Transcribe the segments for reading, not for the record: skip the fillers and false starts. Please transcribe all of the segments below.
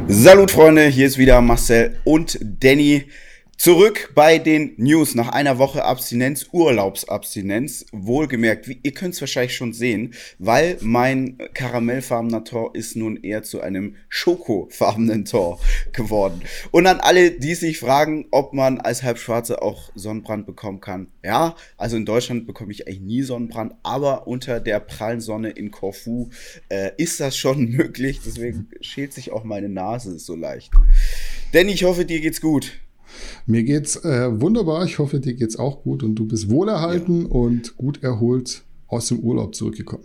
Salut Freunde, hier ist wieder Marcel und Danny. Zurück bei den News nach einer Woche Abstinenz, Urlaubsabstinenz. Wohlgemerkt, ihr könnt es wahrscheinlich schon sehen, weil mein karamellfarbener Tor ist nun eher zu einem schokofarbenen Tor geworden. Und an alle, die sich fragen, ob man als Halbschwarze auch Sonnenbrand bekommen kann. Ja, also in Deutschland bekomme ich eigentlich nie Sonnenbrand, aber unter der prallen Sonne in Korfu ist das schon möglich. Deswegen schält sich auch meine Nase so leicht. Danny, ich hoffe, dir geht's gut. Mir geht's wunderbar. Ich hoffe, dir geht's auch gut und du bist wohlerhalten und gut erholt aus dem Urlaub zurückgekommen.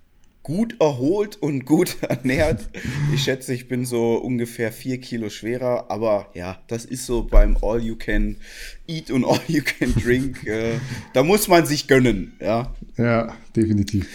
Gut erholt und gut ernährt. Ich schätze, ich bin so ungefähr 4 Kilo schwerer, aber ja, das ist so beim All-You-Can-Eat und All-You-Can-Drink. Da muss man sich gönnen, ja. Ja, definitiv.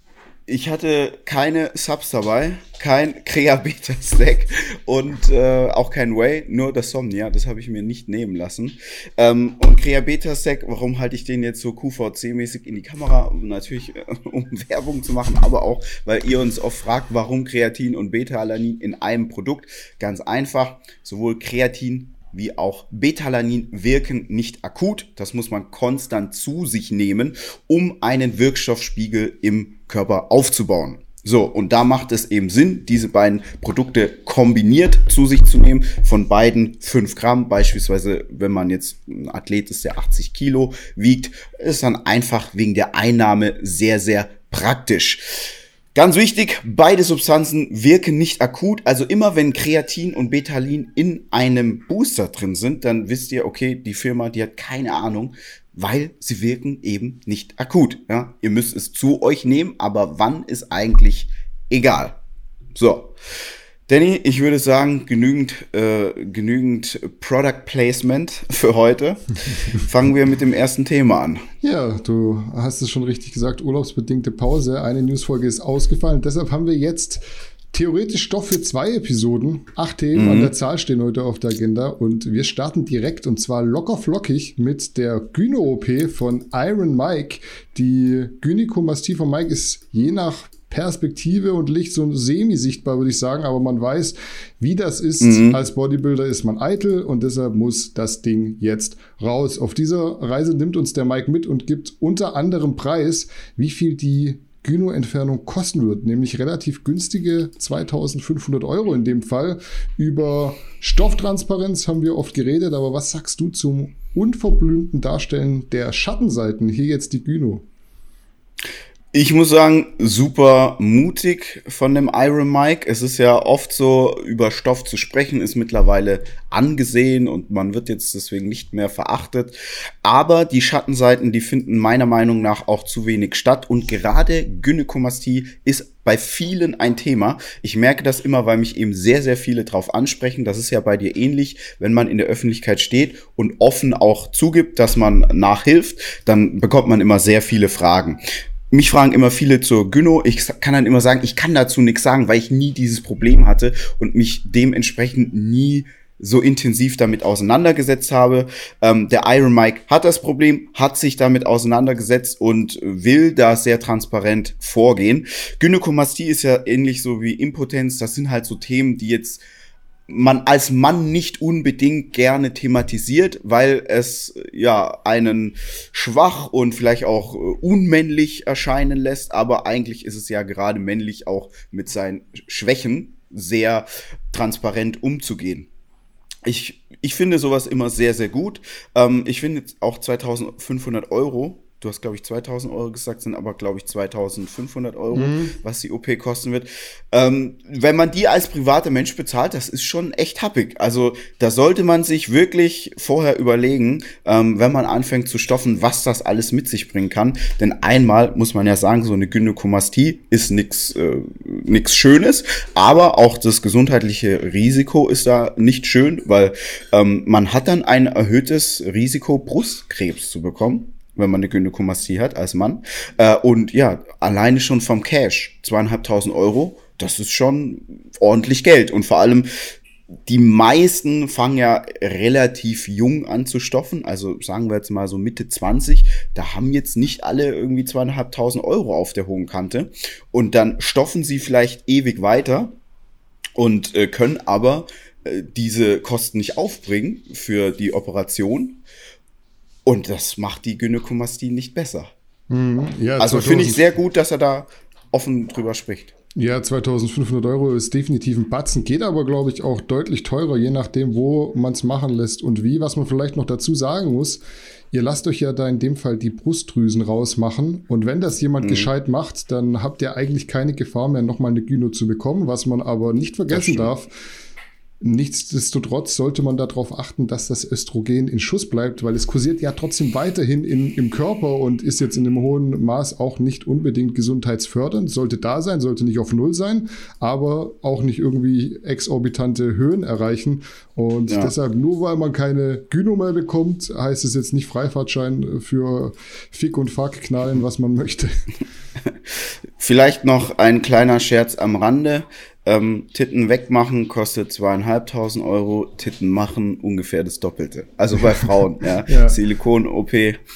Ich hatte keine Subs dabei, kein Crea-Beta-Stack und auch kein Whey, nur das Somnia, das habe ich mir nicht nehmen lassen. Und Crea-Beta-Stack, warum halte ich den jetzt so QVC-mäßig in die Kamera? Natürlich, um Werbung zu machen, aber auch, weil ihr uns oft fragt, warum Kreatin und Beta-Alanin in einem Produkt. Ganz einfach, sowohl Kreatin wie auch Beta-Alanin wirken nicht akut. Das muss man konstant zu sich nehmen, um einen Wirkstoffspiegel im Körper aufzubauen. So, und da macht es eben Sinn, diese beiden Produkte kombiniert zu sich zu nehmen. Von beiden 5 Gramm, beispielsweise, wenn man jetzt ein Athlet ist, der 80 Kilo wiegt, ist dann einfach wegen der Einnahme sehr, sehr praktisch. Ganz wichtig, beide Substanzen wirken nicht akut. Also immer wenn Kreatin und Beta-Alanin in einem Booster drin sind, dann wisst ihr, okay, die Firma, die hat keine Ahnung, weil sie wirken eben nicht akut. Ja? Ihr müsst es zu euch nehmen, aber wann ist eigentlich egal. So, Danny, ich würde sagen, genügend Product Placement für heute. Fangen wir mit dem ersten Thema an. Ja, du hast es schon richtig gesagt, urlaubsbedingte Pause. Eine Newsfolge ist ausgefallen. Deshalb haben wir jetzt theoretisch Stoff für 2 Episoden. 8 Themen an der Zahl stehen heute auf der Agenda. Und wir starten direkt, und zwar locker flockig, mit der Gyno-OP von Iron Mike. Die Gynäkomastie von Mike ist je nach Perspektive und Licht so semi-sichtbar, würde ich sagen, aber man weiß, wie das ist. Als Bodybuilder ist man eitel und deshalb muss das Ding jetzt raus. Auf dieser Reise nimmt uns der Mike mit und gibt unter anderem preis, wie viel die Gyno-Entfernung kosten wird, nämlich relativ günstige 2.500 € in dem Fall. Über Stofftransparenz haben wir oft geredet, aber was sagst du zum unverblümten Darstellen der Schattenseiten? Hier jetzt die Gyno. Ich muss sagen, super mutig von dem Iron Mike. Es ist ja oft so, über Stoff zu sprechen, ist mittlerweile angesehen und man wird jetzt deswegen nicht mehr verachtet. Aber die Schattenseiten, die finden meiner Meinung nach auch zu wenig statt. Und gerade Gynäkomastie ist bei vielen ein Thema. Ich merke das immer, weil mich eben sehr, sehr viele drauf ansprechen. Das ist ja bei dir ähnlich. Wenn man in der Öffentlichkeit steht und offen auch zugibt, dass man nachhilft, dann bekommt man immer sehr viele Fragen. Mich fragen immer viele zur Gyno. Ich kann dann immer sagen, ich kann dazu nichts sagen, weil ich nie dieses Problem hatte und mich dementsprechend nie so intensiv damit auseinandergesetzt habe. Der Iron Mike hat das Problem, hat sich damit auseinandergesetzt und will da sehr transparent vorgehen. Gynäkomastie ist ja ähnlich so wie Impotenz. Das sind halt so Themen, die jetzt man als Mann nicht unbedingt gerne thematisiert, weil es ja einen schwach und vielleicht auch unmännlich erscheinen lässt, aber eigentlich ist es ja gerade männlich auch mit seinen Schwächen sehr transparent umzugehen. Ich finde sowas immer sehr, sehr gut. Ich finde auch 2.500 €, du hast, glaube ich, 2.000 € gesagt, sind aber, glaube ich, 2.500 €, was die OP kosten wird. Wenn man die als privater Mensch bezahlt, das ist schon echt happig. Also da sollte man sich wirklich vorher überlegen, wenn man anfängt zu stoffen, was das alles mit sich bringen kann. Denn einmal muss man ja sagen, so eine Gynäkomastie ist nix Schönes, aber auch das gesundheitliche Risiko ist da nicht schön, weil man hat dann ein erhöhtes Risiko, Brustkrebs zu bekommen, wenn man eine Gynäkomastie hat als Mann. Und ja, alleine schon vom Cash, 2.500 €, das ist schon ordentlich Geld. Und vor allem, die meisten fangen ja relativ jung an zu stoffen, also sagen wir jetzt mal so Mitte 20, da haben jetzt nicht alle irgendwie 2.500 € auf der hohen Kante. Und dann stoffen sie vielleicht ewig weiter. und können aber diese Kosten nicht aufbringen für die Operation. Und das macht die Gynäkomastie nicht besser. Ja, also finde ich sehr gut, dass er da offen drüber spricht. Ja, 2.500 € ist definitiv ein Batzen, geht aber, glaube ich, auch deutlich teurer, je nachdem, wo man es machen lässt und wie. Was man vielleicht noch dazu sagen muss, ihr lasst euch ja da in dem Fall die Brustdrüsen rausmachen und wenn das jemand gescheit macht, dann habt ihr eigentlich keine Gefahr mehr, nochmal eine Gyno zu bekommen, was man aber nicht vergessen darf. Nichtsdestotrotz sollte man darauf achten, dass das Östrogen in Schuss bleibt, weil es kursiert ja trotzdem weiterhin im Körper und ist jetzt in einem hohen Maß auch nicht unbedingt gesundheitsfördernd. Sollte da sein, sollte nicht auf Null sein, aber auch nicht irgendwie exorbitante Höhen erreichen. Und deshalb, nur weil man keine Gyno mehr bekommt, heißt es jetzt nicht Freifahrtschein für Fick und Fuck knallen, was man möchte. Vielleicht noch ein kleiner Scherz am Rande. Titten wegmachen kostet 2.500 €, Titten machen ungefähr das Doppelte. Also bei Frauen, ja. Silikon-OP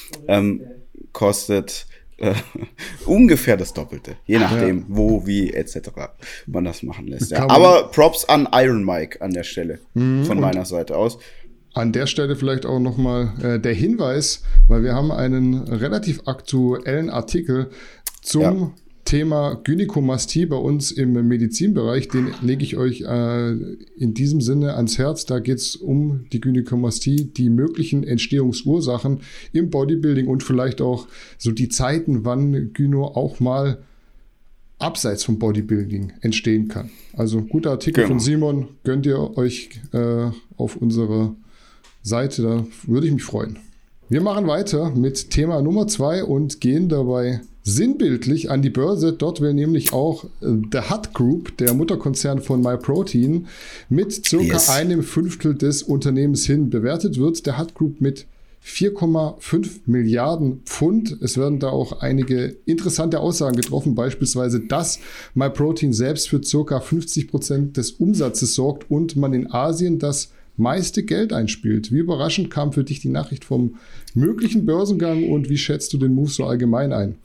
kostet ungefähr das Doppelte. Je nachdem, wo, wie, etc. man das machen lässt. Ja. Aber Props an Iron Mike an der Stelle, von meiner Seite aus. An der Stelle vielleicht auch nochmal der Hinweis, weil wir haben einen relativ aktuellen Artikel zum Thema Gynäkomastie bei uns im Medizinbereich, den lege ich euch in diesem Sinne ans Herz. Da geht es um die Gynäkomastie, die möglichen Entstehungsursachen im Bodybuilding und vielleicht auch so die Zeiten, wann Gyno auch mal abseits vom Bodybuilding entstehen kann. Also guter Artikel von Simon, gönnt ihr euch auf unserer Seite, da würde ich mich freuen. Wir machen weiter mit Thema Nummer 2 und gehen dabei sinnbildlich an die Börse. Dort will nämlich auch The Hut Group, der Mutterkonzern von MyProtein, mit circa einem Fünftel des Unternehmens hin bewertet wird. Der Hut Group mit 4,5 Milliarden Pfund. Es werden da auch einige interessante Aussagen getroffen, beispielsweise, dass MyProtein selbst für circa 50% des Umsatzes sorgt und man in Asien das meiste Geld einspielt. Wie überraschend kam für dich die Nachricht vom möglichen Börsengang und wie schätzt du den Move so allgemein ein?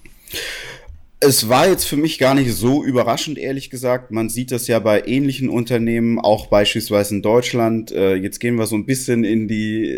Es war jetzt für mich gar nicht so überraschend, ehrlich gesagt. Man sieht das ja bei ähnlichen Unternehmen, auch beispielsweise in Deutschland. Jetzt gehen wir so ein bisschen in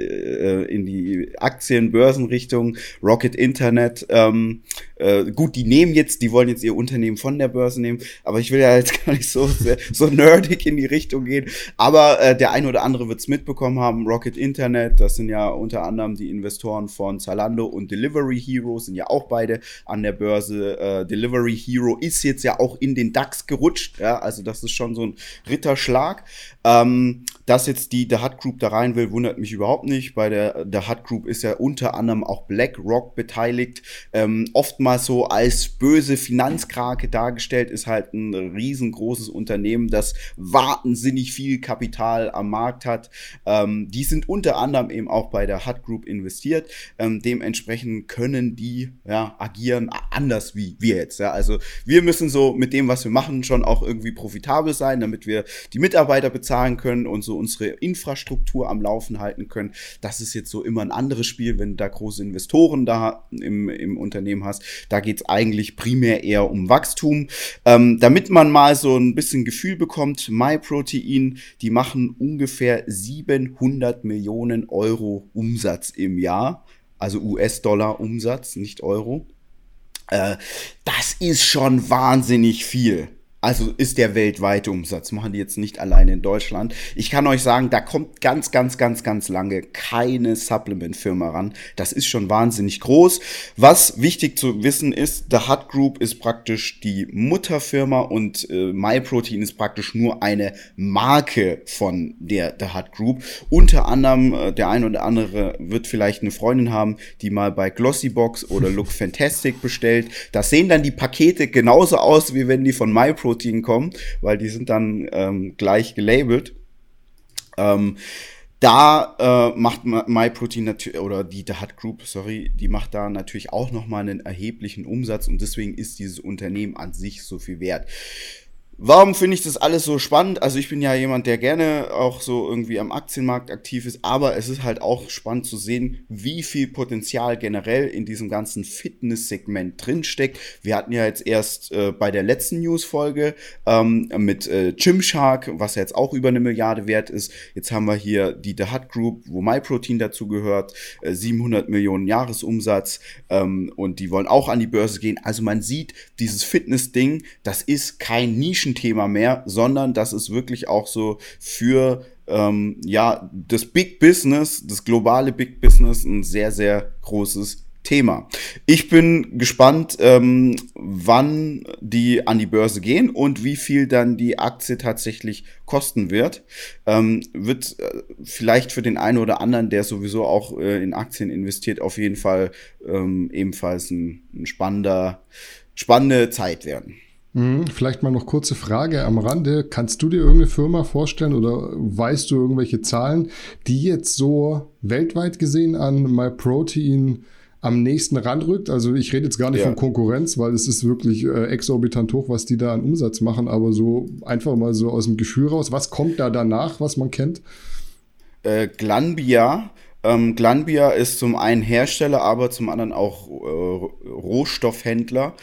die Aktien-Börsenrichtung. Rocket Internet. Gut, die wollen jetzt ihr Unternehmen von der Börse nehmen. Aber ich will ja jetzt gar nicht so nerdig in die Richtung gehen. Aber der eine oder andere wird es mitbekommen haben. Rocket Internet, das sind ja unter anderem die Investoren von Zalando und Delivery Hero, sind ja auch beide an der Börse. Delivery Hero ist jetzt ja auch in den DAX gerutscht, ja, also das ist schon so ein Ritterschlag. Dass jetzt die The Hut Group da rein will, wundert mich überhaupt nicht. Bei der The Hut Group ist ja unter anderem auch BlackRock beteiligt. Oftmals so als böse Finanzkrake dargestellt, ist halt ein riesengroßes Unternehmen, das wahnsinnig viel Kapital am Markt hat. Die sind unter anderem eben auch bei der Hut Group investiert. Dementsprechend können die agieren anders wie wir jetzt. Ja. Also wir müssen so mit dem, was wir machen, schon auch irgendwie profitabel sein, damit wir die Mitarbeiter bezahlen können und so unsere Infrastruktur am Laufen halten können. Das ist jetzt so immer ein anderes Spiel, wenn du da große Investoren da im Unternehmen hast. Da geht es eigentlich primär eher um Wachstum. Damit man mal so ein bisschen Gefühl bekommt, MyProtein, die machen ungefähr 700 Millionen Euro Umsatz im Jahr. Also US-Dollar Umsatz, nicht Euro. Das ist schon wahnsinnig viel. Also ist der weltweite Umsatz, machen die jetzt nicht alleine in Deutschland. Ich kann euch sagen, da kommt ganz lange keine Supplement-Firma ran. Das ist schon wahnsinnig groß. Was wichtig zu wissen ist, The Hut Group ist praktisch die Mutterfirma und MyProtein ist praktisch nur eine Marke von der The Hut Group. Unter anderem, der ein oder andere wird vielleicht eine Freundin haben, die mal bei Glossybox oder Look Fantastic bestellt. Das sehen dann die Pakete genauso aus, wie wenn die von MyProtein kommen, weil die sind dann gleich gelabelt. Macht MyProtein natürlich, oder die The Hut Group, die macht da natürlich auch nochmal einen erheblichen Umsatz und deswegen ist dieses Unternehmen an sich so viel wert. Warum finde ich das alles so spannend? Also ich bin ja jemand, der gerne auch so irgendwie am Aktienmarkt aktiv ist, aber es ist halt auch spannend zu sehen, wie viel Potenzial generell in diesem ganzen Fitness-Segment drinsteckt. Wir hatten ja jetzt erst bei der letzten News-Folge mit Gymshark, was ja jetzt auch über 1 Milliarde wert ist. Jetzt haben wir hier die The Hut Group, wo MyProtein dazu gehört, 700 Millionen Jahresumsatz und die wollen auch an die Börse gehen. Also man sieht, dieses Fitness-Ding, das ist kein Nischenthema mehr, sondern das ist wirklich auch so für das Big Business, das globale Big Business, ein sehr, sehr großes Thema. Ich bin gespannt, wann die an die Börse gehen und wie viel dann die Aktie tatsächlich kosten wird. Wird vielleicht für den einen oder anderen, der sowieso auch in Aktien investiert, auf jeden Fall ebenfalls ein spannende Zeit werden. Vielleicht mal noch kurze Frage am Rande. Kannst du dir irgendeine Firma vorstellen oder weißt du irgendwelche Zahlen, die jetzt so weltweit gesehen an MyProtein am nächsten ranrückt? Also ich rede jetzt gar nicht von Konkurrenz, weil es ist wirklich exorbitant hoch, was die da an Umsatz machen, aber so einfach mal so aus dem Gefühl raus. Was kommt da danach, was man kennt? Glanbia. Glanbia ist zum einen Hersteller, aber zum anderen auch Rohstoffhändler.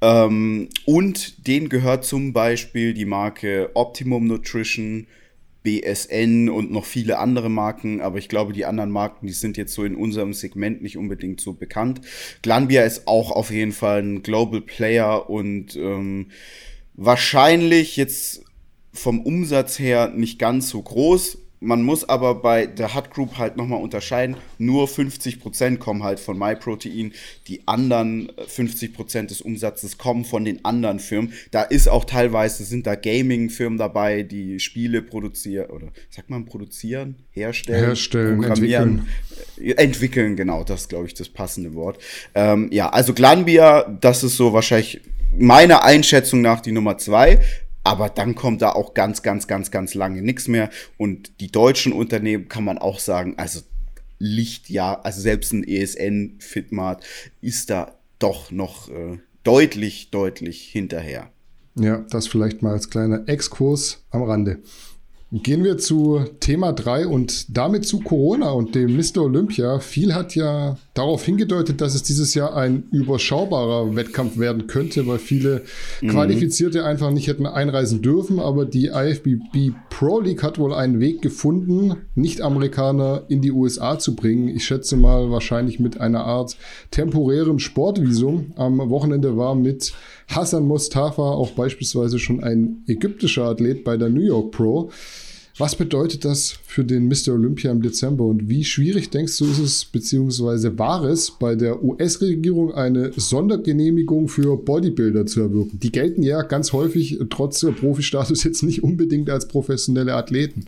Und denen gehört zum Beispiel die Marke Optimum Nutrition, BSN und noch viele andere Marken. Aber ich glaube, die anderen Marken, die sind jetzt so in unserem Segment nicht unbedingt so bekannt. Glanbia ist auch auf jeden Fall ein Global Player und wahrscheinlich jetzt vom Umsatz her nicht ganz so groß. Man muss aber bei der Hut Group halt nochmal unterscheiden, nur 50% kommen halt von MyProtein, die anderen 50% des Umsatzes kommen von den anderen Firmen. Da ist auch teilweise, sind da Gaming-Firmen dabei, die Spiele produzieren, oder sagt man produzieren, herstellen, programmieren, entwickeln, genau, das ist, glaube ich, das passende Wort. Also Glanbia, das ist so wahrscheinlich meiner Einschätzung nach die Nummer 2. Aber dann kommt da auch ganz, ganz, ganz, ganz lange nichts mehr. Und die deutschen Unternehmen kann man auch sagen, also also selbst ein ESN, Fitmart ist da doch noch deutlich, deutlich hinterher. Ja, das vielleicht mal als kleiner Exkurs am Rande. Gehen wir zu Thema 3 und damit zu Corona und dem Mr. Olympia. Viel hat ja darauf hingedeutet, dass es dieses Jahr ein überschaubarer Wettkampf werden könnte, weil viele Qualifizierte einfach nicht hätten einreisen dürfen. Aber die IFBB Pro League hat wohl einen Weg gefunden, Nicht-Amerikaner in die USA zu bringen. Ich schätze mal wahrscheinlich mit einer Art temporärem Sportvisum. Am Wochenende war mit Hassan Mostafa auch beispielsweise schon ein ägyptischer Athlet bei der New York Pro. Was bedeutet das für den Mr. Olympia im Dezember und wie schwierig, denkst du, ist es, beziehungsweise war es bei der US-Regierung eine Sondergenehmigung für Bodybuilder zu erwirken? Die gelten ja ganz häufig trotz Profistatus jetzt nicht unbedingt als professionelle Athleten.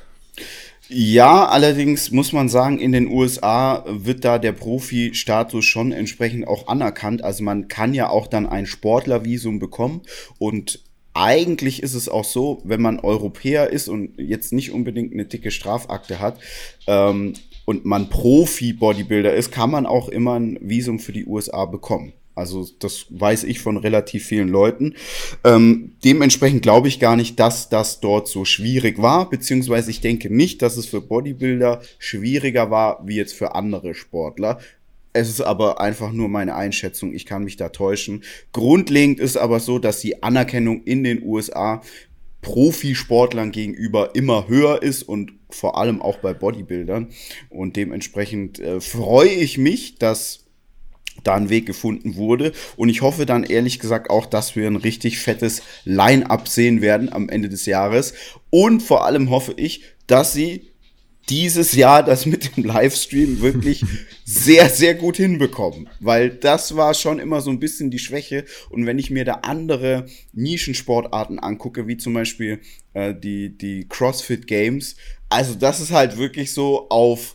Ja, allerdings muss man sagen, in den USA wird da der Profi-Status schon entsprechend auch anerkannt. Also man kann ja auch dann ein Sportlervisum bekommen und eigentlich ist es auch so, wenn man Europäer ist und jetzt nicht unbedingt eine dicke Strafakte hat und man Profi-Bodybuilder ist, kann man auch immer ein Visum für die USA bekommen. Also das weiß ich von relativ vielen Leuten. Dementsprechend glaube ich gar nicht, dass das dort so schwierig war, beziehungsweise ich denke nicht, dass es für Bodybuilder schwieriger war, wie jetzt für andere Sportler. Es ist aber einfach nur meine Einschätzung, ich kann mich da täuschen. Grundlegend ist aber so, dass die Anerkennung in den USA Profisportlern gegenüber immer höher ist und vor allem auch bei Bodybuildern. Und dementsprechend freue ich mich, dass da ein Weg gefunden wurde. Und ich hoffe dann ehrlich gesagt auch, dass wir ein richtig fettes Line-Up sehen werden am Ende des Jahres. Und vor allem hoffe ich, dass sie dieses Jahr das mit dem Livestream wirklich sehr, sehr gut hinbekommen. Weil das war schon immer so ein bisschen die Schwäche. Und wenn ich mir da andere Nischensportarten angucke, wie zum Beispiel die CrossFit Games, also das ist halt wirklich so auf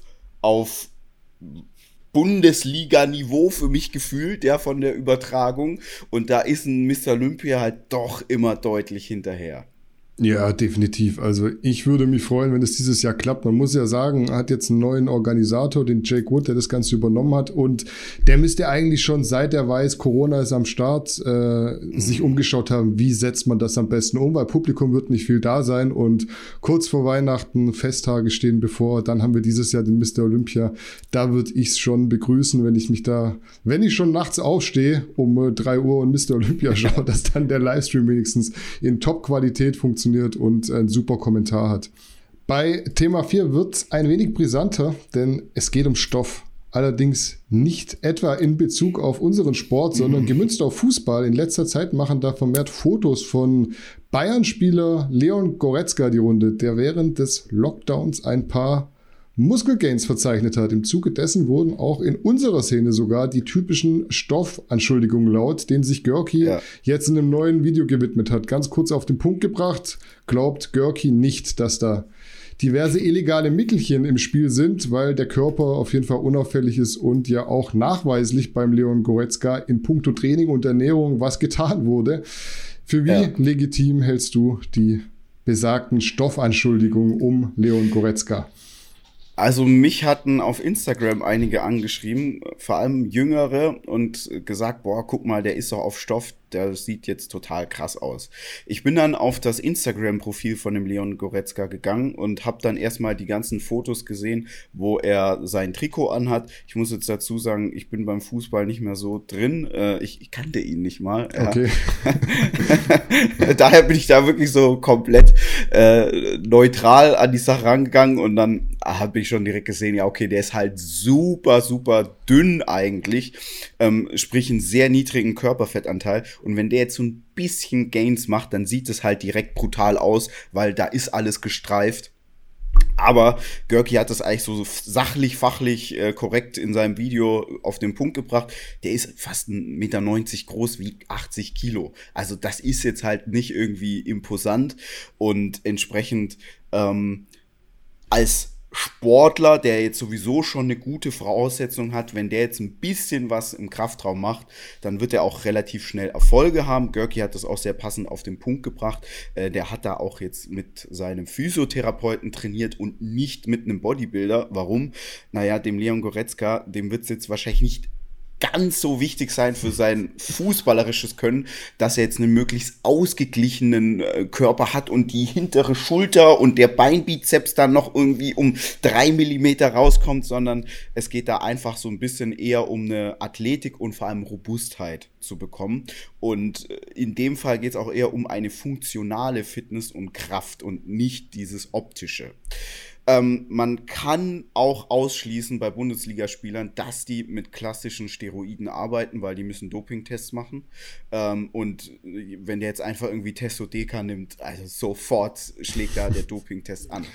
Bundesliga-Niveau für mich gefühlt, ja, von der Übertragung. Und da ist ein Mr. Olympia halt doch immer deutlich hinterher. Ja, definitiv. Also ich würde mich freuen, wenn es dieses Jahr klappt. Man muss ja sagen, er hat jetzt einen neuen Organisator, den Jake Wood, der das Ganze übernommen hat. Und der müsste eigentlich schon, seit er weiß, Corona ist am Start, sich umgeschaut haben, wie setzt man das am besten um, weil Publikum wird nicht viel da sein. Und kurz vor Weihnachten, Festtage stehen bevor. Dann haben wir dieses Jahr den Mr. Olympia. Da würde ich es schon begrüßen, wenn ich schon nachts aufstehe, um 3 Uhr und Mr. Olympia schaue, dass dann der Livestream wenigstens in Top-Qualität funktioniert und einen super Kommentar hat. Bei Thema 4 wird es ein wenig brisanter, denn es geht um Stoff. Allerdings nicht etwa in Bezug auf unseren Sport, sondern gemünzt auf Fußball. In letzter Zeit machen da vermehrt Fotos von Bayern-Spieler Leon Goretzka die Runde, der während des Lockdowns ein paar Muskelgains verzeichnet hat. Im Zuge dessen wurden auch in unserer Szene sogar die typischen Stoffanschuldigungen laut, denen sich Görki jetzt in einem neuen Video gewidmet hat. Ganz kurz auf den Punkt gebracht, glaubt Görki nicht, dass da diverse illegale Mittelchen im Spiel sind, weil der Körper auf jeden Fall unauffällig ist und ja auch nachweislich beim Leon Goretzka in puncto Training und Ernährung was getan wurde. Für wie legitim hältst du die besagten Stoffanschuldigungen um Leon Goretzka? Also mich hatten auf Instagram einige angeschrieben, vor allem Jüngere, und gesagt, boah, guck mal, der ist doch auf Stoff, der sieht jetzt total krass aus. Ich bin dann auf das Instagram-Profil von dem Leon Goretzka gegangen und habe dann erstmal die ganzen Fotos gesehen, wo er sein Trikot anhat. Ich muss jetzt dazu sagen, ich bin beim Fußball nicht mehr so drin. Ich kannte ihn nicht mal. Okay. Daher bin ich da wirklich so komplett neutral an die Sache rangegangen und dann habe ich schon direkt gesehen, ja okay, der ist halt super, super dünn eigentlich, sprich einen sehr niedrigen Körperfettanteil. Und wenn der jetzt so ein bisschen Gains macht, dann sieht es halt direkt brutal aus, weil da ist alles gestreift. Aber Görki hat das eigentlich so sachlich, fachlich korrekt in seinem Video auf den Punkt gebracht. Der ist fast 1,90 Meter groß, wiegt 80 Kilo. Also das ist jetzt halt nicht irgendwie imposant. Und entsprechend als Sportler, der jetzt sowieso schon eine gute Voraussetzung hat, wenn der jetzt ein bisschen was im Kraftraum macht, dann wird er auch relativ schnell Erfolge haben. Görki hat das auch sehr passend auf den Punkt gebracht. Der hat da auch jetzt mit seinem Physiotherapeuten trainiert und nicht mit einem Bodybuilder. Warum? Naja, dem Leon Goretzka, dem wird es jetzt wahrscheinlich nicht ganz so wichtig sein für sein fußballerisches Können, dass er jetzt einen möglichst ausgeglichenen Körper hat und die hintere Schulter und der Beinbizeps dann noch irgendwie um 3 Millimeter rauskommt, sondern es geht da einfach so ein bisschen eher um eine Athletik und vor allem Robustheit zu bekommen. Und in dem Fall geht es auch eher um eine funktionale Fitness und Kraft und nicht dieses optische. Man kann auch ausschließen bei Bundesligaspielern, dass die mit klassischen Steroiden arbeiten, weil die müssen Dopingtests machen. Und wenn der jetzt einfach irgendwie Testodeka nimmt, also sofort schlägt da der Dopingtest an.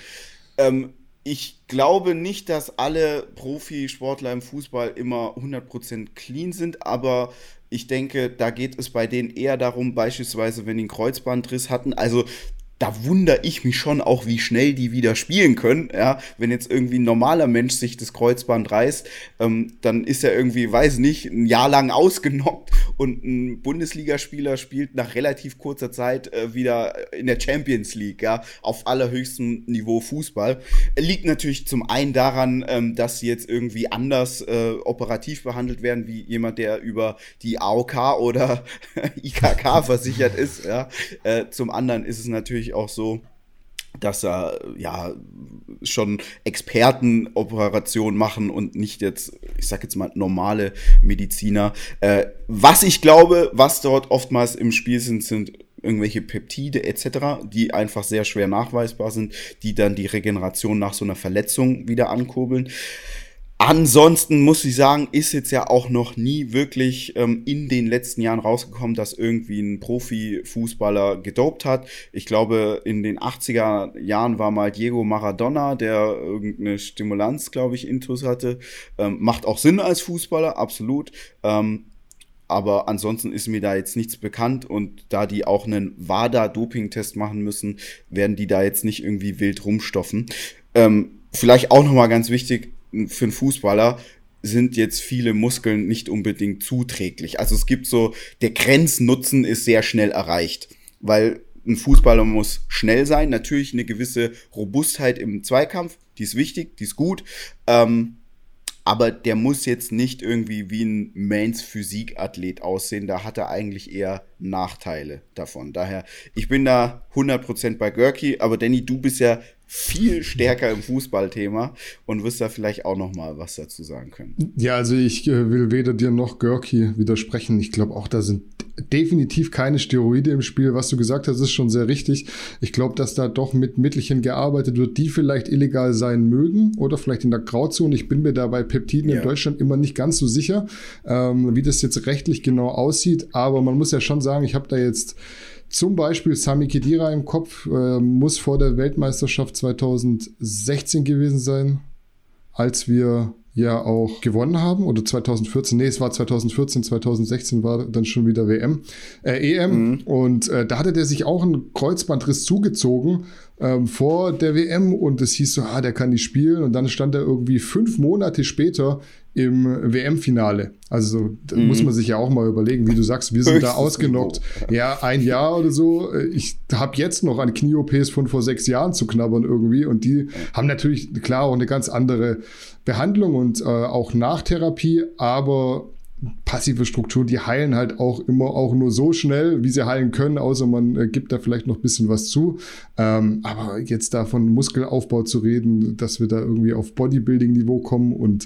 Ich glaube nicht, dass alle Profisportler im Fußball immer 100% clean sind, aber ich denke, da geht es bei denen eher darum, beispielsweise, wenn die einen Kreuzbandriss hatten, also da wundere ich mich schon auch, wie schnell die wieder spielen können. Ja, wenn jetzt irgendwie ein normaler Mensch sich das Kreuzband reißt, dann ist er irgendwie, weiß nicht, ein Jahr lang ausgenockt und ein Bundesligaspieler spielt nach relativ kurzer Zeit wieder in der Champions League, ja, auf allerhöchstem Niveau Fußball. Liegt natürlich zum einen daran, dass sie jetzt irgendwie anders operativ behandelt werden, wie jemand, der über die AOK oder IKK versichert ist. Ja. Zum anderen ist es natürlich auch so, dass da ja schon Expertenoperationen machen und nicht jetzt, ich sag jetzt mal, normale Mediziner. Was ich glaube, was dort oftmals im Spiel sind irgendwelche Peptide etc., die einfach sehr schwer nachweisbar sind, die dann die Regeneration nach so einer Verletzung wieder ankurbeln. Ansonsten muss ich sagen, ist jetzt ja auch noch nie wirklich in den letzten Jahren rausgekommen, dass irgendwie ein Profifußballer gedopt hat. Ich glaube, in den 80er Jahren war mal Diego Maradona, der irgendeine Stimulanz, glaube ich, Intus hatte. Macht auch Sinn als Fußballer, absolut. Aber ansonsten ist mir da jetzt nichts bekannt und da die auch einen WADA-Doping-Test machen müssen, werden die da jetzt nicht irgendwie wild rumstoffen. Vielleicht auch nochmal ganz wichtig, für einen Fußballer sind jetzt viele Muskeln nicht unbedingt zuträglich. Also es gibt so, der Grenznutzen ist sehr schnell erreicht, weil ein Fußballer muss schnell sein, natürlich eine gewisse Robustheit im Zweikampf, die ist wichtig, die ist gut, aber der muss jetzt nicht irgendwie wie ein Mains-Physik-Athlet aussehen, da hat er eigentlich eher Nachteile davon. Daher, ich bin da 100% bei Görki, aber Danny, du bist ja viel stärker im Fußballthema und wirst da vielleicht auch noch mal was dazu sagen können. Ja, also ich will weder dir noch Görki widersprechen. Ich glaube auch, da sind definitiv keine Steroide im Spiel. Was du gesagt hast, ist schon sehr richtig. Ich glaube, dass da doch mit Mittelchen gearbeitet wird, die vielleicht illegal sein mögen oder vielleicht in der Grauzone. Ich bin mir da bei Peptiden in Deutschland immer nicht ganz so sicher, wie das jetzt rechtlich genau aussieht. Aber man muss ja schon sagen, ich habe da jetzt zum Beispiel Sami Khedira im Kopf, muss vor der Weltmeisterschaft 2016 gewesen sein, als wir ja auch gewonnen haben, oder 2014, nee, es war 2014, 2016 war dann schon wieder EM, und da hatte der sich auch einen Kreuzbandriss zugezogen vor der WM und es hieß so, der kann nicht spielen, und dann stand er irgendwie 5 Monate später im WM-Finale. Also da muss man sich ja auch mal überlegen, wie du sagst, wir sind da ausgenockt. Ja, 1 Jahr oder so. Ich habe jetzt noch an Knie-OPs von vor 6 Jahren zu knabbern irgendwie, und die haben natürlich, klar, auch eine ganz andere Behandlung und auch Nachtherapie, aber passive Strukturen, die heilen halt auch immer auch nur so schnell, wie sie heilen können, außer man gibt da vielleicht noch ein bisschen was zu. Aber jetzt da von Muskelaufbau zu reden, dass wir da irgendwie auf Bodybuilding-Niveau kommen und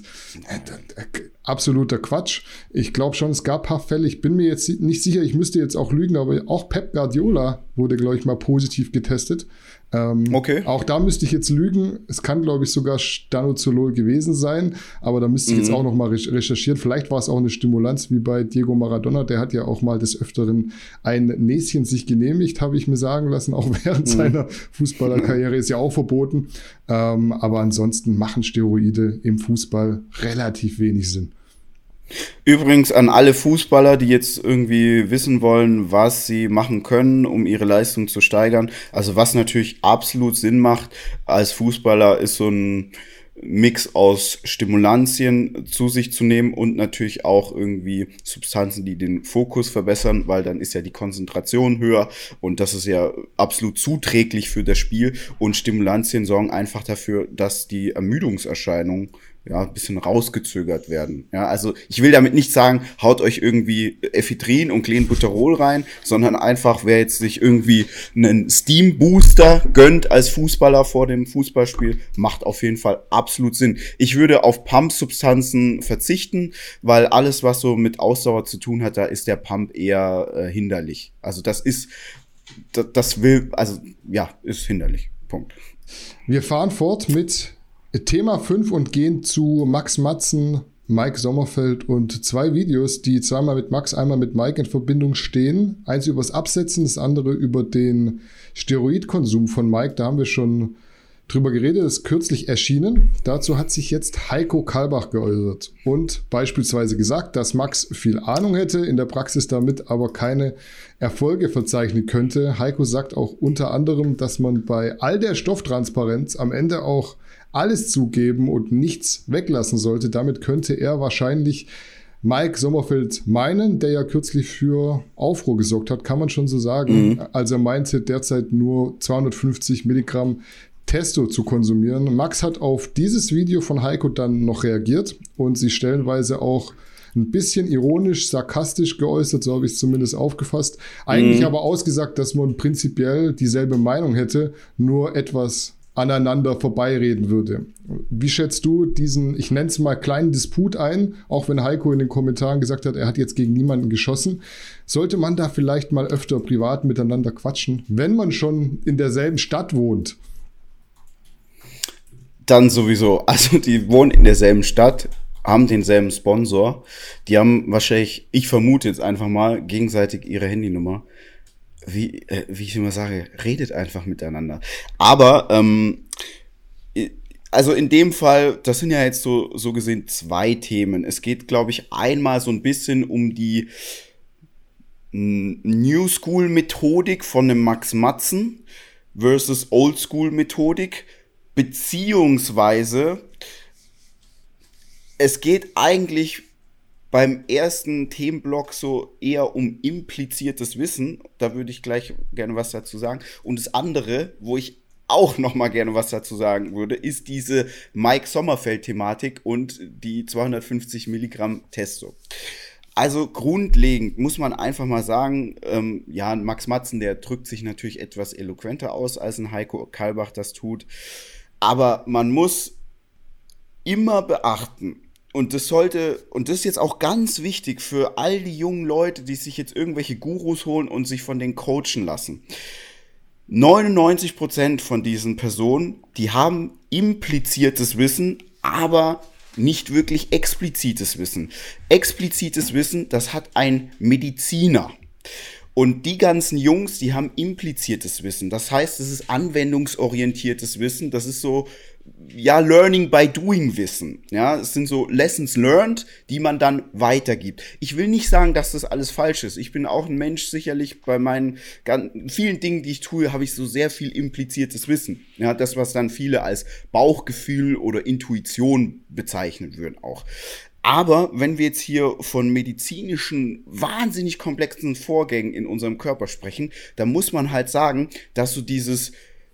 absoluter Quatsch. Ich glaube schon, es gab ein paar Fälle, ich bin mir jetzt nicht sicher, ich müsste jetzt auch lügen, aber auch Pep Guardiola wurde, glaube ich, mal positiv getestet. Okay. Auch da müsste ich jetzt lügen. Es kann, glaube ich, sogar Stanozolol gewesen sein, aber da müsste ich jetzt auch noch mal recherchieren. Vielleicht war es auch eine Stimulanz wie bei Diego Maradona. Der hat ja auch mal des Öfteren ein Näschen sich genehmigt, habe ich mir sagen lassen, auch während seiner Fußballerkarriere, ist ja auch verboten. Aber ansonsten machen Steroide im Fußball relativ wenig Sinn. Übrigens an alle Fußballer, die jetzt irgendwie wissen wollen, was sie machen können, um ihre Leistung zu steigern. Also was natürlich absolut Sinn macht als Fußballer, ist so ein Mix aus Stimulantien zu sich zu nehmen und natürlich auch irgendwie Substanzen, die den Fokus verbessern, weil dann ist ja die Konzentration höher und das ist ja absolut zuträglich für das Spiel, und Stimulantien sorgen einfach dafür, dass die Ermüdungserscheinungen ein bisschen rausgezögert werden. Ja, also ich will damit nicht sagen, haut euch irgendwie Ephedrin und Clenbuterol rein, sondern einfach, wer jetzt sich irgendwie einen Steam-Booster gönnt als Fußballer vor dem Fußballspiel, macht auf jeden Fall absolut Sinn. Ich würde auf Pump-Substanzen verzichten, weil alles, was so mit Ausdauer zu tun hat, da ist der Pump eher hinderlich. Also ist hinderlich. Punkt. Wir fahren fort mit Thema 5 und gehen zu Max Matzen, Mike Sommerfeld und 2 Videos, die zweimal mit Max, einmal mit Mike in Verbindung stehen. Eins über das Absetzen, das andere über den Steroidkonsum von Mike. Da haben wir schon drüber geredet, ist kürzlich erschienen. Dazu hat sich jetzt Heiko Kalbach geäußert und beispielsweise gesagt, dass Max viel Ahnung hätte, in der Praxis damit aber keine Erfolge verzeichnen könnte. Heiko sagt auch unter anderem, dass man bei all der Stofftransparenz am Ende auch alles zugeben und nichts weglassen sollte. Damit könnte er wahrscheinlich Mike Sommerfeld meinen, der ja kürzlich für Aufruhr gesorgt hat, kann man schon so sagen. Also er meinte derzeit nur 250 Milligramm Testo zu konsumieren. Max hat auf dieses Video von Heiko dann noch reagiert und sich stellenweise auch ein bisschen ironisch, sarkastisch geäußert, so habe ich es zumindest aufgefasst. Eigentlich aber ausgesagt, dass man prinzipiell dieselbe Meinung hätte, nur etwas aneinander vorbeireden würde. Wie schätzt du diesen, ich nenne es mal, kleinen Disput ein, auch wenn Heiko in den Kommentaren gesagt hat, er hat jetzt gegen niemanden geschossen? Sollte man da vielleicht mal öfter privat miteinander quatschen, wenn man schon in derselben Stadt wohnt? Dann sowieso. Also die wohnen in derselben Stadt, haben denselben Sponsor. Die haben wahrscheinlich, ich vermute jetzt einfach mal, gegenseitig ihre Handynummer. Wie ich immer sage, redet einfach miteinander. Aber, also in dem Fall, das sind ja jetzt so gesehen 2 Themen. Es geht, glaube ich, einmal so ein bisschen um die New School Methodik von dem Max Matzen versus Old School Methodik, beziehungsweise es geht eigentlich beim ersten Themenblock so eher um impliziertes Wissen. Da würde ich gleich gerne was dazu sagen. Und das andere, wo ich auch noch mal gerne was dazu sagen würde, ist diese Mike Sommerfeld-Thematik und die 250 Milligramm Testo. Also grundlegend muss man einfach mal sagen, Max Matzen, der drückt sich natürlich etwas eloquenter aus, als ein Heiko Kalbach das tut. Aber man muss immer beachten, und das ist jetzt auch ganz wichtig für all die jungen Leute, die sich jetzt irgendwelche Gurus holen und sich von denen coachen lassen. 99% von diesen Personen, die haben impliziertes Wissen, aber nicht wirklich explizites Wissen. Explizites Wissen, das hat ein Mediziner. Und die ganzen Jungs, die haben impliziertes Wissen. Das heißt, es ist anwendungsorientiertes Wissen. Das ist so, Learning by Doing Wissen. Ja, es sind so Lessons learned, die man dann weitergibt. Ich will nicht sagen, dass das alles falsch ist. Ich bin auch ein Mensch, sicherlich bei meinen vielen Dingen, die ich tue, habe ich so sehr viel impliziertes Wissen. Ja, das, was dann viele als Bauchgefühl oder Intuition bezeichnen würden auch. Aber wenn wir jetzt hier von medizinischen, wahnsinnig komplexen Vorgängen in unserem Körper sprechen, dann muss man halt sagen, dass so dieses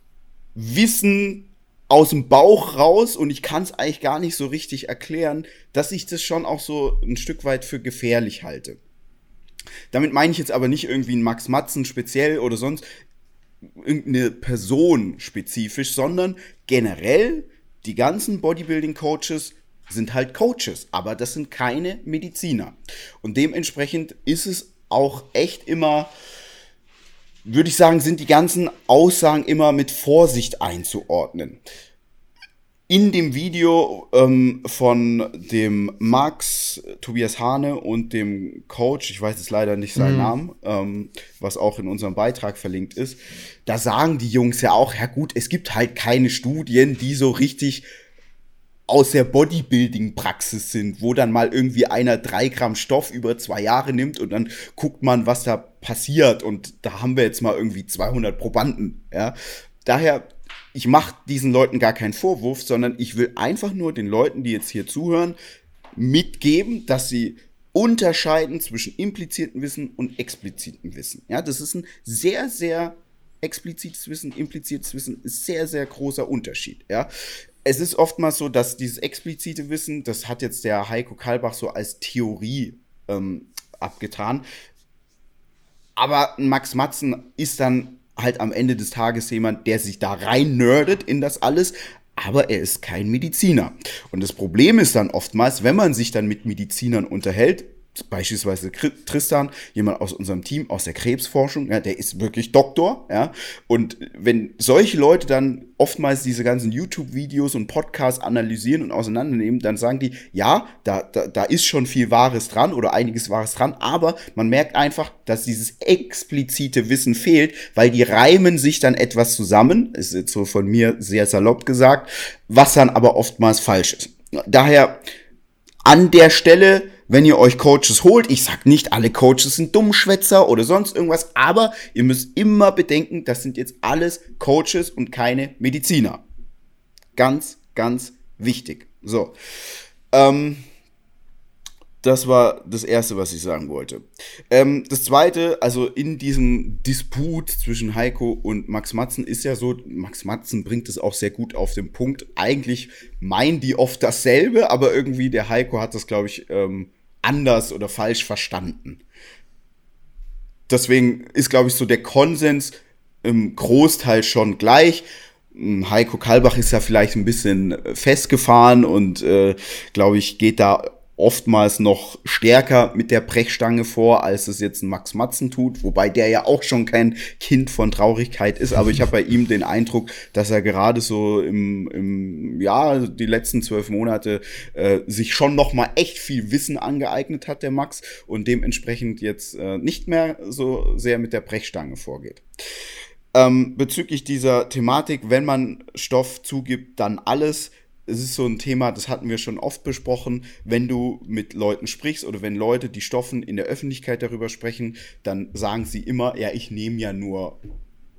Wissen aus dem Bauch raus, und ich kann es eigentlich gar nicht so richtig erklären, dass ich das schon auch so ein Stück weit für gefährlich halte. Damit meine ich jetzt aber nicht irgendwie einen Max Matzen speziell oder sonst irgendeine Person spezifisch, sondern generell die ganzen Bodybuilding-Coaches sind halt Coaches, aber das sind keine Mediziner. Und dementsprechend ist es auch echt immer, würde ich sagen, sind die ganzen Aussagen immer mit Vorsicht einzuordnen. In dem Video von dem Max, Tobias Hane und dem Coach, ich weiß jetzt leider nicht seinen Namen, was auch in unserem Beitrag verlinkt ist, da sagen die Jungs ja auch, ja gut, es gibt halt keine Studien, die so richtig aus der Bodybuilding-Praxis sind, wo dann mal irgendwie einer 3 Gramm Stoff über 2 Jahre nimmt und dann guckt man, was da passiert, und da haben wir jetzt mal irgendwie 200 Probanden, ja. Daher, ich mache diesen Leuten gar keinen Vorwurf, sondern ich will einfach nur den Leuten, die jetzt hier zuhören, mitgeben, dass sie unterscheiden zwischen impliziertem Wissen und explizitem Wissen. Ja, das ist ein sehr, sehr explizites Wissen, impliziertes Wissen ist sehr, sehr großer Unterschied, ja. Es ist oftmals so, dass dieses explizite Wissen, das hat jetzt der Heiko Kalbach so als Theorie abgetan. Aber Max Matzen ist dann halt am Ende des Tages jemand, der sich da rein nerdet in das alles, aber er ist kein Mediziner. Und das Problem ist dann oftmals, wenn man sich dann mit Medizinern unterhält, beispielsweise Tristan, jemand aus unserem Team, aus der Krebsforschung, ja, der ist wirklich Doktor, ja, und wenn solche Leute dann oftmals diese ganzen YouTube-Videos und Podcasts analysieren und auseinandernehmen, dann sagen die, ja, da ist schon viel Wahres dran oder einiges Wahres dran, aber man merkt einfach, dass dieses explizite Wissen fehlt, weil die reimen sich dann etwas zusammen, ist jetzt so von mir sehr salopp gesagt, was dann aber oftmals falsch ist. Daher an der Stelle, wenn ihr euch Coaches holt, ich sag nicht, alle Coaches sind Dummschwätzer oder sonst irgendwas, aber ihr müsst immer bedenken, das sind jetzt alles Coaches und keine Mediziner. Ganz, ganz wichtig. So, das war das Erste, was ich sagen wollte. Das Zweite, also in diesem Disput zwischen Heiko und Max Matzen ist ja so, Max Matzen bringt es auch sehr gut auf den Punkt. Eigentlich meinen die oft dasselbe, aber irgendwie der Heiko hat das, glaube ich, anders oder falsch verstanden. Deswegen ist, glaube ich, so der Konsens im Großteil schon gleich. Heiko Kalbach ist ja vielleicht ein bisschen festgefahren und, glaube ich, geht da oftmals noch stärker mit der Brechstange vor, als es jetzt ein Max Matzen tut, wobei der ja auch schon kein Kind von Traurigkeit ist, aber ich habe bei ihm den Eindruck, dass er gerade so die letzten 12 Monate sich schon noch mal echt viel Wissen angeeignet hat, der Max, und dementsprechend jetzt nicht mehr so sehr mit der Brechstange vorgeht. Bezüglich dieser Thematik, wenn man Stoff zugibt, dann alles. Es ist so ein Thema, das hatten wir schon oft besprochen, wenn du mit Leuten sprichst oder wenn Leute, die stoffen, in der Öffentlichkeit darüber sprechen, dann sagen sie immer, ja, ich nehme ja nur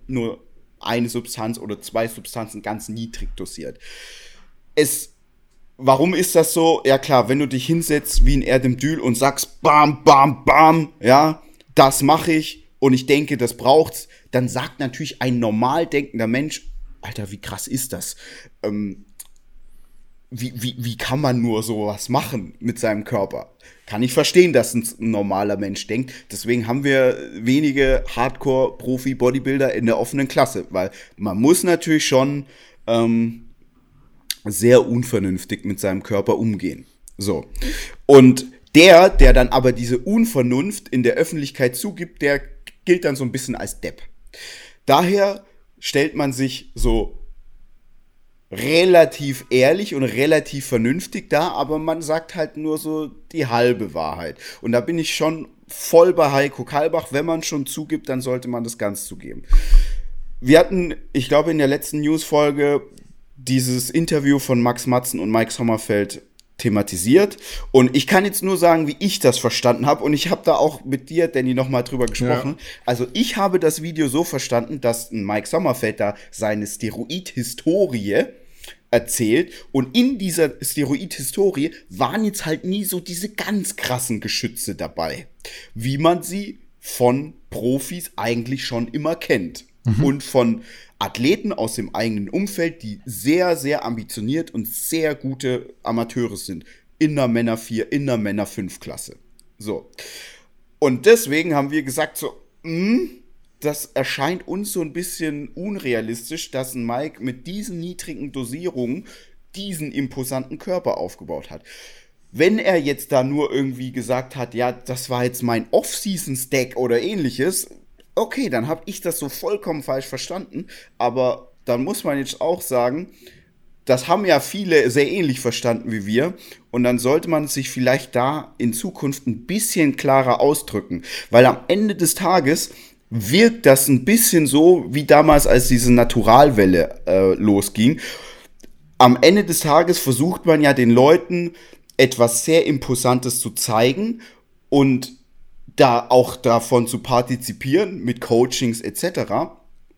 eine Substanz oder 2 Substanzen ganz niedrig dosiert. Es warum ist das so? Ja klar, wenn du dich hinsetzt wie ein Erdemdül und sagst, bam, bam, bam, ja, das mache ich und ich denke, das braucht's, dann sagt natürlich ein normal denkender Mensch, Alter, wie krass ist das? Wie kann man nur sowas machen mit seinem Körper? Kann ich verstehen, dass ein normaler Mensch denkt. Deswegen haben wir wenige Hardcore-Profi-Bodybuilder in der offenen Klasse, weil man muss natürlich schon sehr unvernünftig mit seinem Körper umgehen. So. Und der dann aber diese Unvernunft in der Öffentlichkeit zugibt, der gilt dann so ein bisschen als Depp. Daher stellt man sich so relativ ehrlich und relativ vernünftig dar, aber man sagt halt nur so die halbe Wahrheit. Und da bin ich schon voll bei Heiko Kalbach. Wenn man schon zugibt, dann sollte man das ganz zugeben. Wir hatten, ich glaube, in der letzten News-Folge dieses Interview von Max Matzen und Mike Sommerfeld thematisiert. Und ich kann jetzt nur sagen, wie ich das verstanden habe. Und ich habe da auch mit dir, Danny, nochmal drüber gesprochen. Ja. Also ich habe das Video so verstanden, dass Mike Sommerfeld da seine Steroid-Historie erzählt. Und in dieser Steroid-Historie waren jetzt halt nie so diese ganz krassen Geschütze dabei, wie man sie von Profis eigentlich schon immer kennt. Und von Athleten aus dem eigenen Umfeld, die sehr, sehr ambitioniert und sehr gute Amateure sind. In der Männer 4, in der Männer 5 Klasse. So. Und deswegen haben wir gesagt so, das erscheint uns so ein bisschen unrealistisch, dass ein Mike mit diesen niedrigen Dosierungen diesen imposanten Körper aufgebaut hat. Wenn er jetzt da nur irgendwie gesagt hat, ja, das war jetzt mein Off-Season-Stack oder ähnliches, okay, dann habe ich das so vollkommen falsch verstanden, aber dann muss man jetzt auch sagen, das haben ja viele sehr ähnlich verstanden wie wir und dann sollte man sich vielleicht da in Zukunft ein bisschen klarer ausdrücken, weil am Ende des Tages wirkt das ein bisschen so, wie damals, als diese Naturalwelle losging. Am Ende des Tages versucht man ja den Leuten etwas sehr Imposantes zu zeigen und da auch davon zu partizipieren mit Coachings etc.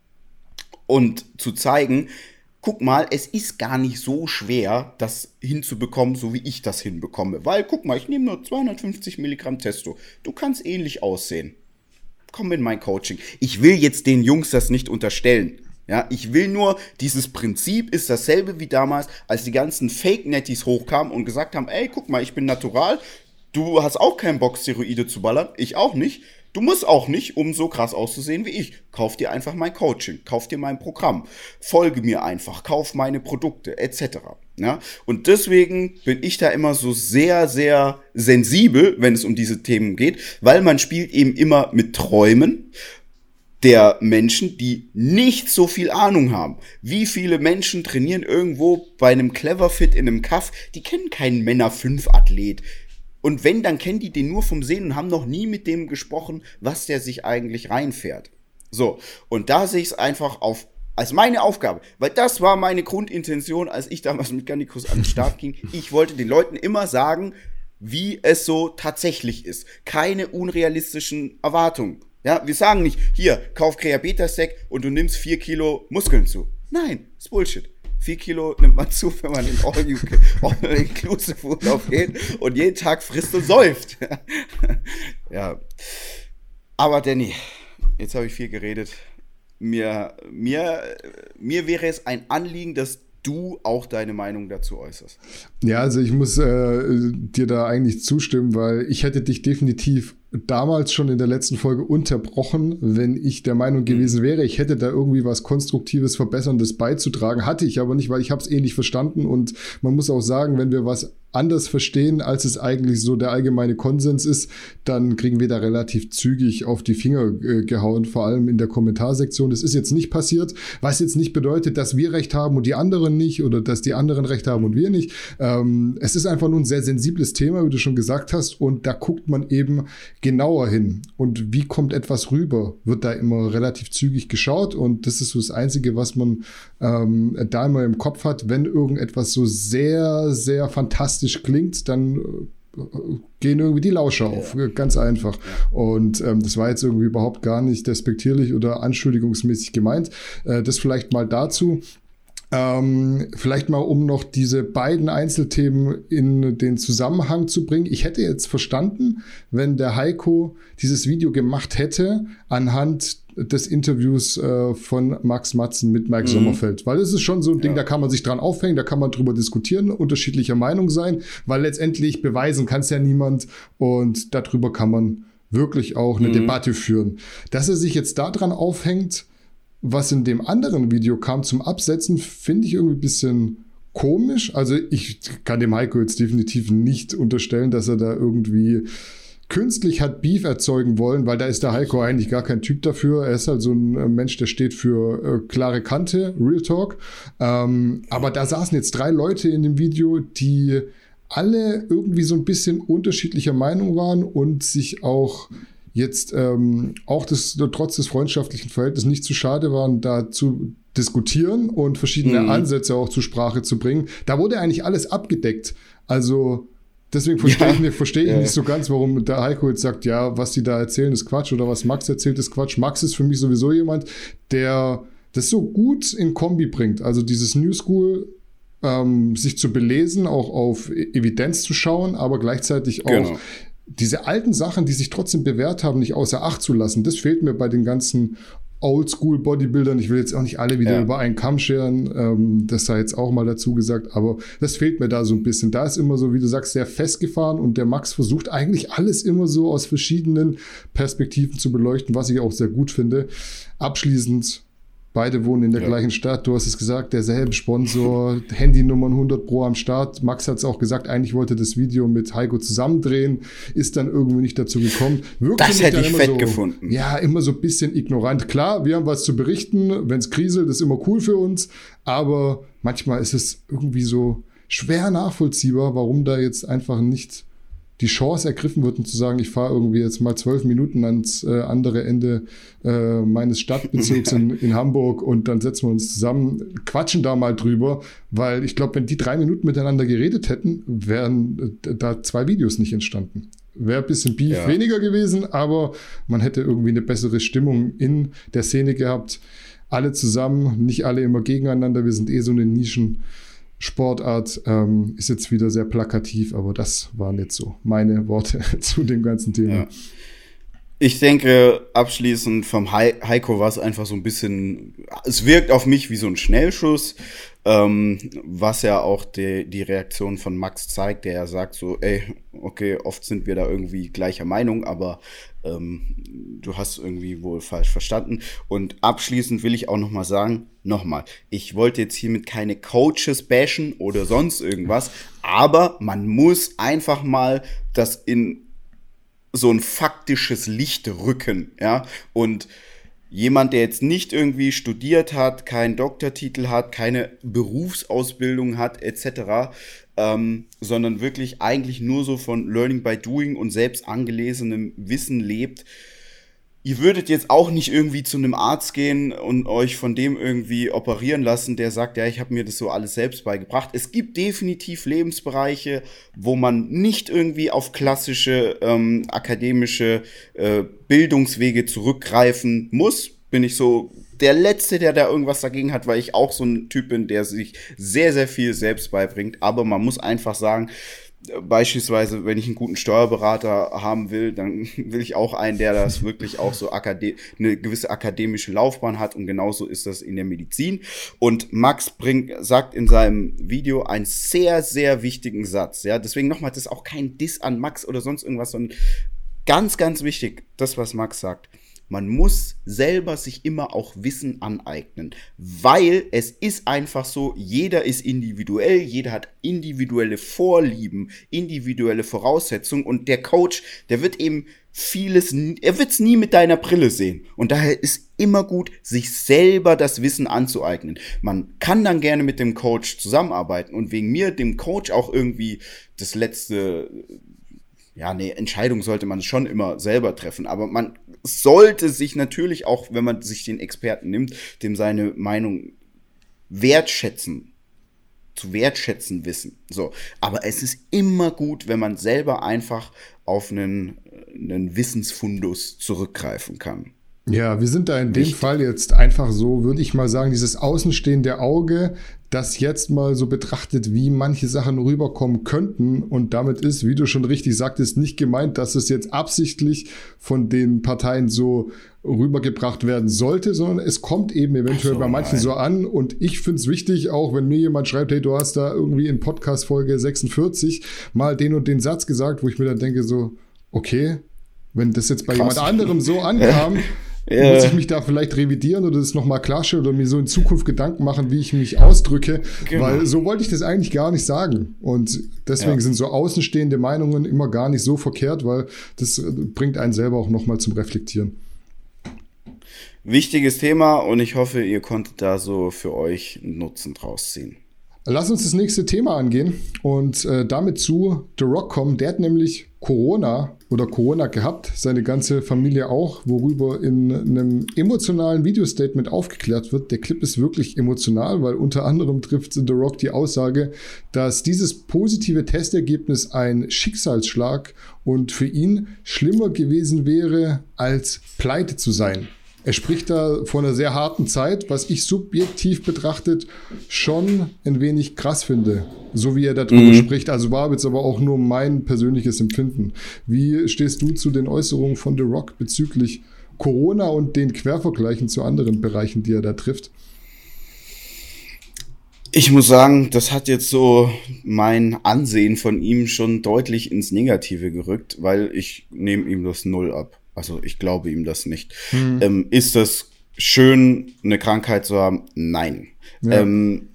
und zu zeigen, guck mal, es ist gar nicht so schwer, das hinzubekommen, so wie ich das hinbekomme. Weil, guck mal, ich nehme nur 250 Milligramm Testo. Du kannst ähnlich aussehen. Komm in mein Coaching. Ich will jetzt den Jungs das nicht unterstellen. Ja, ich will nur, dieses Prinzip ist dasselbe wie damals, als die ganzen Fake-Netties hochkamen und gesagt haben, ey, guck mal, ich bin natural. Du hast auch keinen Bock, Steroide zu ballern. Ich auch nicht. Du musst auch nicht, um so krass auszusehen wie ich. Kauf dir einfach mein Coaching. Kauf dir mein Programm. Folge mir einfach. Kauf meine Produkte, etc. Ja? Und deswegen bin ich da immer so sehr, sehr sensibel, wenn es um diese Themen geht, weil man spielt eben immer mit Träumen der Menschen, die nicht so viel Ahnung haben. Wie viele Menschen trainieren irgendwo bei einem Cleverfit in einem Kaff, die kennen keinen Männer-5-Athlet. Und wenn, dann kennen die den nur vom Sehen und haben noch nie mit dem gesprochen, was der sich eigentlich reinfährt. So, und da sehe ich es einfach als meine Aufgabe, weil das war meine Grundintention, als ich damals mit Gannikus an den Start ging. Ich wollte den Leuten immer sagen, wie es so tatsächlich ist. Keine unrealistischen Erwartungen. Ja, wir sagen nicht, hier, kauf Crea-Beta-Stack und du nimmst 4 Kilo Muskeln zu. Nein, ist Bullshit. 4 Kilo nimmt man zu, wenn man in All-Inclusive Urlaub geht und jeden Tag frisst und säuft. Ja. Aber Danny, jetzt habe ich viel geredet. Mir wäre es ein Anliegen, dass du auch deine Meinung dazu äußerst. Ja, also ich muss dir da eigentlich zustimmen, weil ich hätte dich definitiv damals schon in der letzten Folge unterbrochen, wenn ich der Meinung gewesen wäre, ich hätte da irgendwie was Konstruktives, Verbesserndes beizutragen. Hatte ich aber nicht, weil ich habe es ähnlich verstanden und man muss auch sagen, wenn wir was anders verstehen, als es eigentlich so der allgemeine Konsens ist, dann kriegen wir da relativ zügig auf die Finger gehauen, vor allem in der Kommentarsektion. Das ist jetzt nicht passiert, was jetzt nicht bedeutet, dass wir recht haben und die anderen nicht oder dass die anderen recht haben und wir nicht. Es ist einfach nur ein sehr sensibles Thema, wie du schon gesagt hast, und da guckt man eben genauer hin. Und wie kommt etwas rüber, wird da immer relativ zügig geschaut und das ist so das Einzige, was man da immer im Kopf hat. Wenn irgendetwas so sehr, sehr fantastisch klingt, dann gehen irgendwie die Lauscher auf, ganz einfach. Und das war jetzt irgendwie überhaupt gar nicht despektierlich oder anschuldigungsmäßig gemeint. Das vielleicht mal dazu. Vielleicht mal, um noch diese beiden Einzelthemen in den Zusammenhang zu bringen. Ich hätte jetzt verstanden, wenn der Heiko dieses Video gemacht hätte anhand des Interviews von Max Matzen mit Mike Sommerfeld. Weil es ist schon so ein Ding, da kann man sich dran aufhängen, da kann man drüber diskutieren, unterschiedlicher Meinung sein, weil letztendlich beweisen kann es ja niemand und darüber kann man wirklich auch eine Debatte führen. Dass er sich jetzt daran aufhängt, was in dem anderen Video kam zum Absetzen, finde ich irgendwie ein bisschen komisch. Also ich kann dem Heiko jetzt definitiv nicht unterstellen, dass er da irgendwie künstlich hat Beef erzeugen wollen, weil da ist der Heiko eigentlich gar kein Typ dafür. Er ist halt so ein Mensch, der steht für klare Kante, Real Talk. Aber da saßen jetzt 3 Leute in dem Video, die alle irgendwie so ein bisschen unterschiedlicher Meinung waren und sich auch jetzt auch trotz des freundschaftlichen Verhältnisses nicht zu schade waren, da zu diskutieren und verschiedene Ansätze auch zur Sprache zu bringen. Da wurde eigentlich alles abgedeckt. Also deswegen verstehe ich nicht so ganz, warum der Heiko jetzt sagt, ja, was die da erzählen, ist Quatsch oder was Max erzählt, ist Quatsch. Max ist für mich sowieso jemand, der das so gut in Kombi bringt. Also dieses New School, sich zu belesen, auch auf Evidenz zu schauen, aber gleichzeitig auch diese alten Sachen, die sich trotzdem bewährt haben, nicht außer Acht zu lassen. Das fehlt mir bei den ganzen Oldschool-Bodybuildern. Ich will jetzt auch nicht alle wieder über einen Kamm scheren, das sei jetzt auch mal dazu gesagt, aber das fehlt mir da so ein bisschen. Da ist immer so, wie du sagst, sehr festgefahren und der Max versucht eigentlich alles immer so aus verschiedenen Perspektiven zu beleuchten, was ich auch sehr gut finde. Abschließend, beide wohnen in der gleichen Stadt. Du hast es gesagt, derselbe Sponsor, Handynummern 100 Pro am Start. Max hat es auch gesagt, eigentlich wollte das Video mit Heiko zusammendrehen, ist dann irgendwie nicht dazu gekommen. Das hätte ich fett gefunden. Ja, immer so ein bisschen ignorant. Klar, wir haben was zu berichten, wenn es kriselt, ist immer cool für uns, aber manchmal ist es irgendwie so schwer nachvollziehbar, warum da jetzt einfach nicht die Chance ergriffen wird, um zu sagen, ich fahre irgendwie jetzt mal 12 Minuten ans andere Ende meines Stadtbezirks in Hamburg und dann setzen wir uns zusammen, quatschen da mal drüber, weil ich glaube, wenn die 3 Minuten miteinander geredet hätten, wären da 2 Videos nicht entstanden. Wäre ein bisschen Beef weniger gewesen, aber man hätte irgendwie eine bessere Stimmung in der Szene gehabt. Alle zusammen, nicht alle immer gegeneinander, wir sind so eine Sportart, ist jetzt wieder sehr plakativ, aber das waren jetzt so meine Worte zu dem ganzen Thema. Ja. Ich denke, abschließend vom Heiko war es einfach so ein bisschen, es wirkt auf mich wie so ein Schnellschuss, was ja auch die Reaktion von Max zeigt, der ja sagt so, ey, okay, oft sind wir da irgendwie gleicher Meinung, aber du hast irgendwie wohl falsch verstanden. Und abschließend will ich auch nochmal sagen, ich wollte jetzt hiermit keine Coaches bashen oder sonst irgendwas, aber man muss einfach mal das in so ein faktisches Licht rücken, ja, und jemand, der jetzt nicht irgendwie studiert hat, keinen Doktortitel hat, keine Berufsausbildung hat, etc., sondern wirklich eigentlich nur so von Learning by Doing und selbst angelesenem Wissen lebt. Ihr würdet jetzt auch nicht irgendwie zu einem Arzt gehen und euch von dem irgendwie operieren lassen, der sagt, ja, ich habe mir das so alles selbst beigebracht. Es gibt definitiv Lebensbereiche, wo man nicht irgendwie auf klassische akademische Bildungswege zurückgreifen muss. Bin ich so der Letzte, der da irgendwas dagegen hat, weil ich auch so ein Typ bin, der sich sehr, sehr viel selbst beibringt. Aber man muss einfach sagen, beispielsweise, wenn ich einen guten Steuerberater haben will, dann will ich auch einen, der das wirklich auch so eine gewisse akademische Laufbahn hat, und genauso ist das in der Medizin. Und Max sagt in seinem Video einen sehr, sehr wichtigen Satz. Ja, deswegen nochmal, das ist auch kein Diss an Max oder sonst irgendwas, sondern ganz, ganz wichtig, das, was Max sagt. Man muss selber sich immer auch Wissen aneignen, weil es ist einfach so, jeder ist individuell, jeder hat individuelle Vorlieben, individuelle Voraussetzungen, und der Coach, der wird eben er wird es nie mit deiner Brille sehen, und daher ist immer gut, sich selber das Wissen anzueignen. Man kann dann gerne mit dem Coach zusammenarbeiten und wegen mir, dem Coach, auch irgendwie das letzte... Ja, eine Entscheidung sollte man schon immer selber treffen, aber man sollte sich natürlich auch, wenn man sich den Experten nimmt, dem seine Meinung wertschätzen wissen. So, aber es ist immer gut, wenn man selber einfach auf einen Wissensfundus zurückgreifen kann. Ja, wir sind da in dem Fall jetzt einfach so, würde ich mal sagen, dieses außenstehende Auge, das jetzt mal so betrachtet, wie manche Sachen rüberkommen könnten. Und damit ist, wie du schon richtig sagtest, nicht gemeint, dass es jetzt absichtlich von den Parteien so rübergebracht werden sollte, sondern es kommt eben eventuell bei manchen so an. Und ich finde es wichtig, auch wenn mir jemand schreibt, hey, du hast da irgendwie in Podcast-Folge 46 mal den und den Satz gesagt, wo ich mir dann denke so, okay, wenn das jetzt bei jemand anderem so ankam, muss ich mich da vielleicht revidieren oder das nochmal klarstellen oder mir so in Zukunft Gedanken machen, wie ich mich ausdrücke, weil so wollte ich das eigentlich gar nicht sagen. Und deswegen sind so außenstehende Meinungen immer gar nicht so verkehrt, weil das bringt einen selber auch nochmal zum Reflektieren. Wichtiges Thema und ich hoffe, ihr konntet da so für euch einen Nutzen draus ziehen. Lass uns das nächste Thema angehen und damit zu The Rock kommen. Der hat nämlich Corona gehabt, seine ganze Familie auch, worüber in einem emotionalen Videostatement aufgeklärt wird. Der Clip ist wirklich emotional, weil unter anderem trifft The Rock die Aussage, dass dieses positive Testergebnis ein Schicksalsschlag und für ihn schlimmer gewesen wäre, als pleite zu sein. Er spricht da von einer sehr harten Zeit, was ich subjektiv betrachtet schon ein wenig krass finde, so wie er darüber spricht. Also war jetzt aber auch nur mein persönliches Empfinden. Wie stehst du zu den Äußerungen von The Rock bezüglich Corona und den Quervergleichen zu anderen Bereichen, die er da trifft? Ich muss sagen, das hat jetzt so mein Ansehen von ihm schon deutlich ins Negative gerückt, weil ich nehme ihm das 0 ab. Also ich glaube ihm das nicht. Ist das schön, eine Krankheit zu haben? Nein. Ja.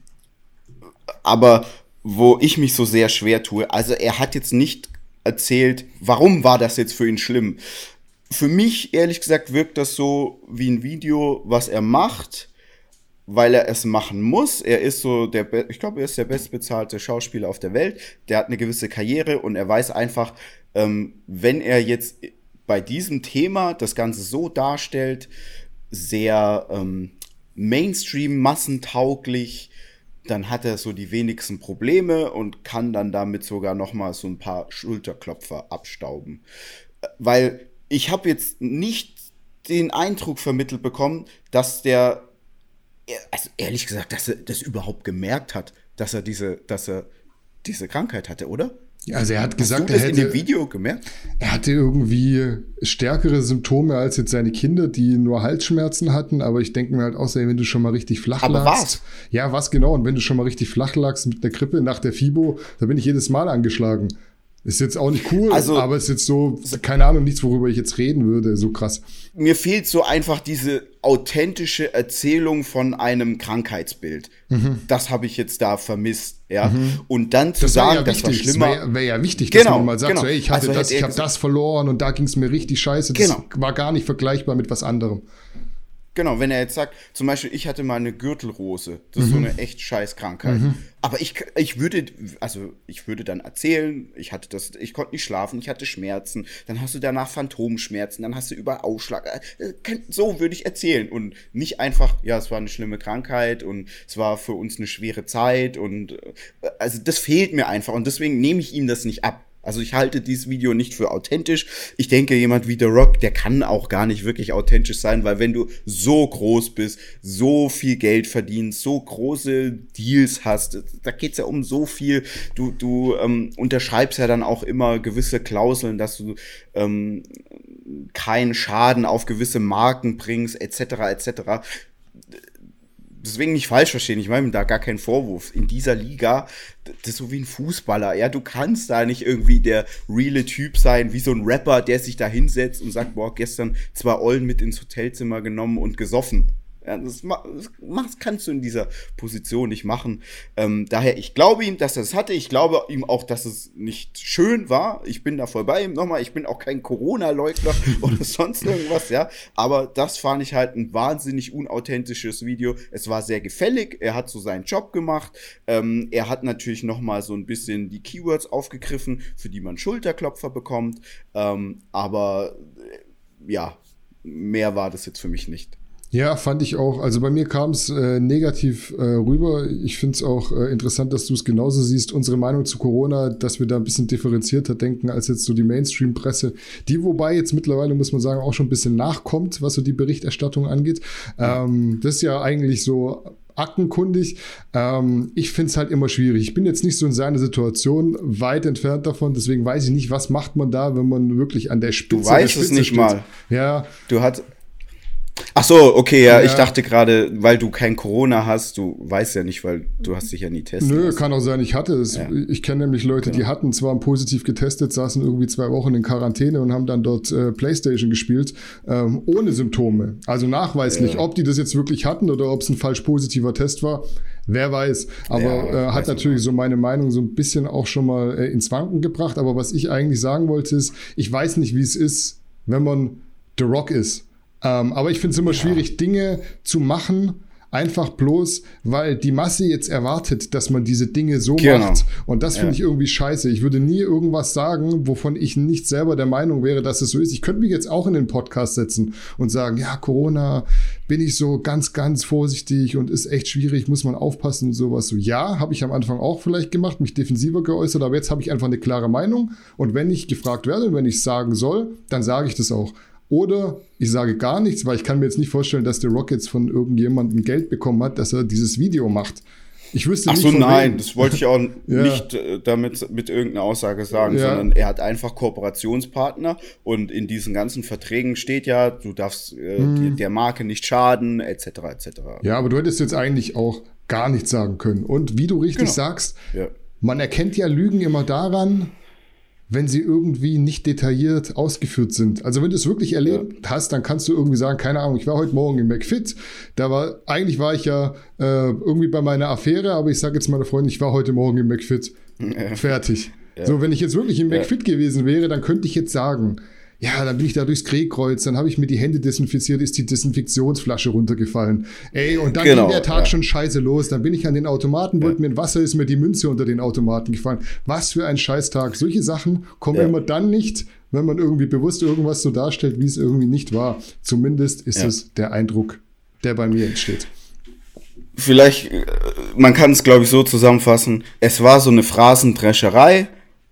Aber wo ich mich so sehr schwer tue, also er hat jetzt nicht erzählt, warum war das jetzt für ihn schlimm. Für mich, ehrlich gesagt, wirkt das so wie ein Video, was er macht, weil er es machen muss. Er ist so ich glaube, er ist der bestbezahlte Schauspieler auf der Welt. Der hat eine gewisse Karriere und er weiß einfach, wenn er jetzt bei diesem Thema das Ganze so darstellt, sehr Mainstream, massentauglich, dann hat er so die wenigsten Probleme und kann dann damit sogar nochmal so ein paar Schulterklopfer abstauben. Weil ich habe jetzt nicht den Eindruck vermittelt bekommen, dass also ehrlich gesagt, dass er das überhaupt gemerkt hat, dass er diese Krankheit hatte, oder? Ja, also er hat gesagt, er hätte in dem Video gemerkt? Er hatte irgendwie stärkere Symptome als jetzt seine Kinder, die nur Halsschmerzen hatten, aber ich denke mir halt auch, wenn du schon mal richtig flach lagst. Aber was? Ja, was genau? Und wenn du schon mal richtig flach lagst mit der Grippe nach der FIBO, da bin ich jedes Mal angeschlagen. Ist jetzt auch nicht cool, aber ist jetzt so, keine Ahnung, nichts, worüber ich jetzt reden würde, so krass. Mir fehlt so einfach diese authentische Erzählung von einem Krankheitsbild. Das habe ich jetzt da vermisst, ja. Und dann zu sagen, das war schlimmer. Das wäre ja wichtig, dass man mal sagt, so, ey, ich hatte ich habe das verloren und da ging es mir richtig scheiße. Das war gar nicht vergleichbar mit was anderem. Genau, wenn er jetzt sagt, zum Beispiel, ich hatte mal eine Gürtelrose, das ist so eine echt scheiß Krankheit. Aber ich würde dann erzählen, ich konnte nicht schlafen, ich hatte Schmerzen, dann hast du danach Phantomschmerzen, dann hast du überall Ausschlag. So würde ich erzählen und nicht einfach, ja, es war eine schlimme Krankheit und es war für uns eine schwere Zeit und also das fehlt mir einfach und deswegen nehme ich ihm das nicht ab. Also ich halte dieses Video nicht für authentisch. Ich denke, jemand wie The Rock, der kann auch gar nicht wirklich authentisch sein, weil wenn du so groß bist, so viel Geld verdienst, so große Deals hast, da geht's ja um so viel. Du unterschreibst ja dann auch immer gewisse Klauseln, dass du keinen Schaden auf gewisse Marken bringst, etc. etc. Deswegen nicht falsch verstehen, ich meine da gar keinen Vorwurf. In dieser Liga, das ist so wie ein Fußballer, ja, du kannst da nicht irgendwie der reale Typ sein, wie so ein Rapper, der sich da hinsetzt und sagt, boah, gestern 2 Ollen mit ins Hotelzimmer genommen und gesoffen. Ja, das kannst du in dieser Position nicht machen. Daher, ich glaube ihm, dass er es hatte. Ich glaube ihm auch, dass es nicht schön war. Ich bin da voll bei ihm. Nochmal, ich bin auch kein Corona-Leugner oder sonst irgendwas, ja. Aber das fand ich halt ein wahnsinnig unauthentisches Video. Es war sehr gefällig. Er hat so seinen Job gemacht. Er hat natürlich nochmal so ein bisschen die Keywords aufgegriffen, für die man Schulterklopfer bekommt. Aber ja, mehr war das jetzt für mich nicht. Ja, fand ich auch. Also bei mir kam es negativ rüber. Ich finde es auch interessant, dass du es genauso siehst. Unsere Meinung zu Corona, dass wir da ein bisschen differenzierter denken als jetzt so die Mainstream-Presse, die wobei jetzt mittlerweile, muss man sagen, auch schon ein bisschen nachkommt, was so die Berichterstattung angeht. Das ist ja eigentlich so aktenkundig. Ich finde es halt immer schwierig. Ich bin jetzt nicht so in seiner Situation, weit entfernt davon, deswegen weiß ich nicht, was macht man da, wenn man wirklich an der Spitze Du weißt der Spitze es nicht steht. mal. Ja. Ach so, okay, ja, ich dachte gerade, weil du kein Corona hast, du weißt ja nicht, weil du hast dich ja nie testen Nö, lassen. kann auch sein, ich hatte es. Ja. Ich kenne nämlich Leute, die hatten zwar positiv getestet, saßen irgendwie 2 Wochen in Quarantäne und haben dann dort Playstation gespielt, ohne Symptome. Also nachweislich, ob die das jetzt wirklich hatten oder ob es ein falsch positiver Test war, wer weiß. Aber hat natürlich so meine Meinung so ein bisschen auch schon mal ins Wanken gebracht. Aber was ich eigentlich sagen wollte ist, ich weiß nicht, wie es ist, wenn man The Rock ist. Aber ich finde es immer schwierig, Dinge zu machen, einfach bloß, weil die Masse jetzt erwartet, dass man diese Dinge so macht. Und das finde ich irgendwie scheiße. Ich würde nie irgendwas sagen, wovon ich nicht selber der Meinung wäre, dass es so ist. Ich könnte mich jetzt auch in den Podcast setzen und sagen, ja, Corona, bin ich so ganz, ganz vorsichtig und ist echt schwierig, muss man aufpassen und sowas. So, ja, habe ich am Anfang auch vielleicht gemacht, mich defensiver geäußert, aber jetzt habe ich einfach eine klare Meinung. Und wenn ich gefragt werde und wenn ich es sagen soll, dann sage ich das auch. Oder ich sage gar nichts, weil ich kann mir jetzt nicht vorstellen, dass der Rock jetzt von irgendjemandem Geld bekommen hat, dass er dieses Video macht. Ich wüsste nicht. Ach so, nein, das wollte ich auch nicht damit mit irgendeiner Aussage sagen, sondern er hat einfach Kooperationspartner und in diesen ganzen Verträgen steht ja, du darfst der Marke nicht schaden, etc. etc. Ja, aber du hättest jetzt eigentlich auch gar nichts sagen können. Und wie du richtig sagst, man erkennt ja Lügen immer daran, wenn sie irgendwie nicht detailliert ausgeführt sind. Also wenn du es wirklich erlebt hast, dann kannst du irgendwie sagen, keine Ahnung, ich war heute Morgen im McFit, eigentlich war ich ja irgendwie bei meiner Affäre, aber ich sage jetzt meiner Freundin, ich war heute Morgen im McFit. Fertig. Ja. So, wenn ich jetzt wirklich im McFit gewesen wäre, dann könnte ich jetzt sagen, ja, dann bin ich da durchs Drehkreuz, dann habe ich mir die Hände desinfiziert, ist die Desinfektionsflasche runtergefallen. Ey, und dann ging der Tag schon scheiße los. Dann bin ich an den Automaten, wollte mir ein Wasser, ist mir die Münze unter den Automaten gefallen. Was für ein Scheißtag. Solche Sachen kommen immer dann nicht, wenn man irgendwie bewusst irgendwas so darstellt, wie es irgendwie nicht war. Zumindest ist es der Eindruck, der bei mir entsteht. Vielleicht, man kann es, glaube ich, so zusammenfassen, es war so eine Phrasendrescherei,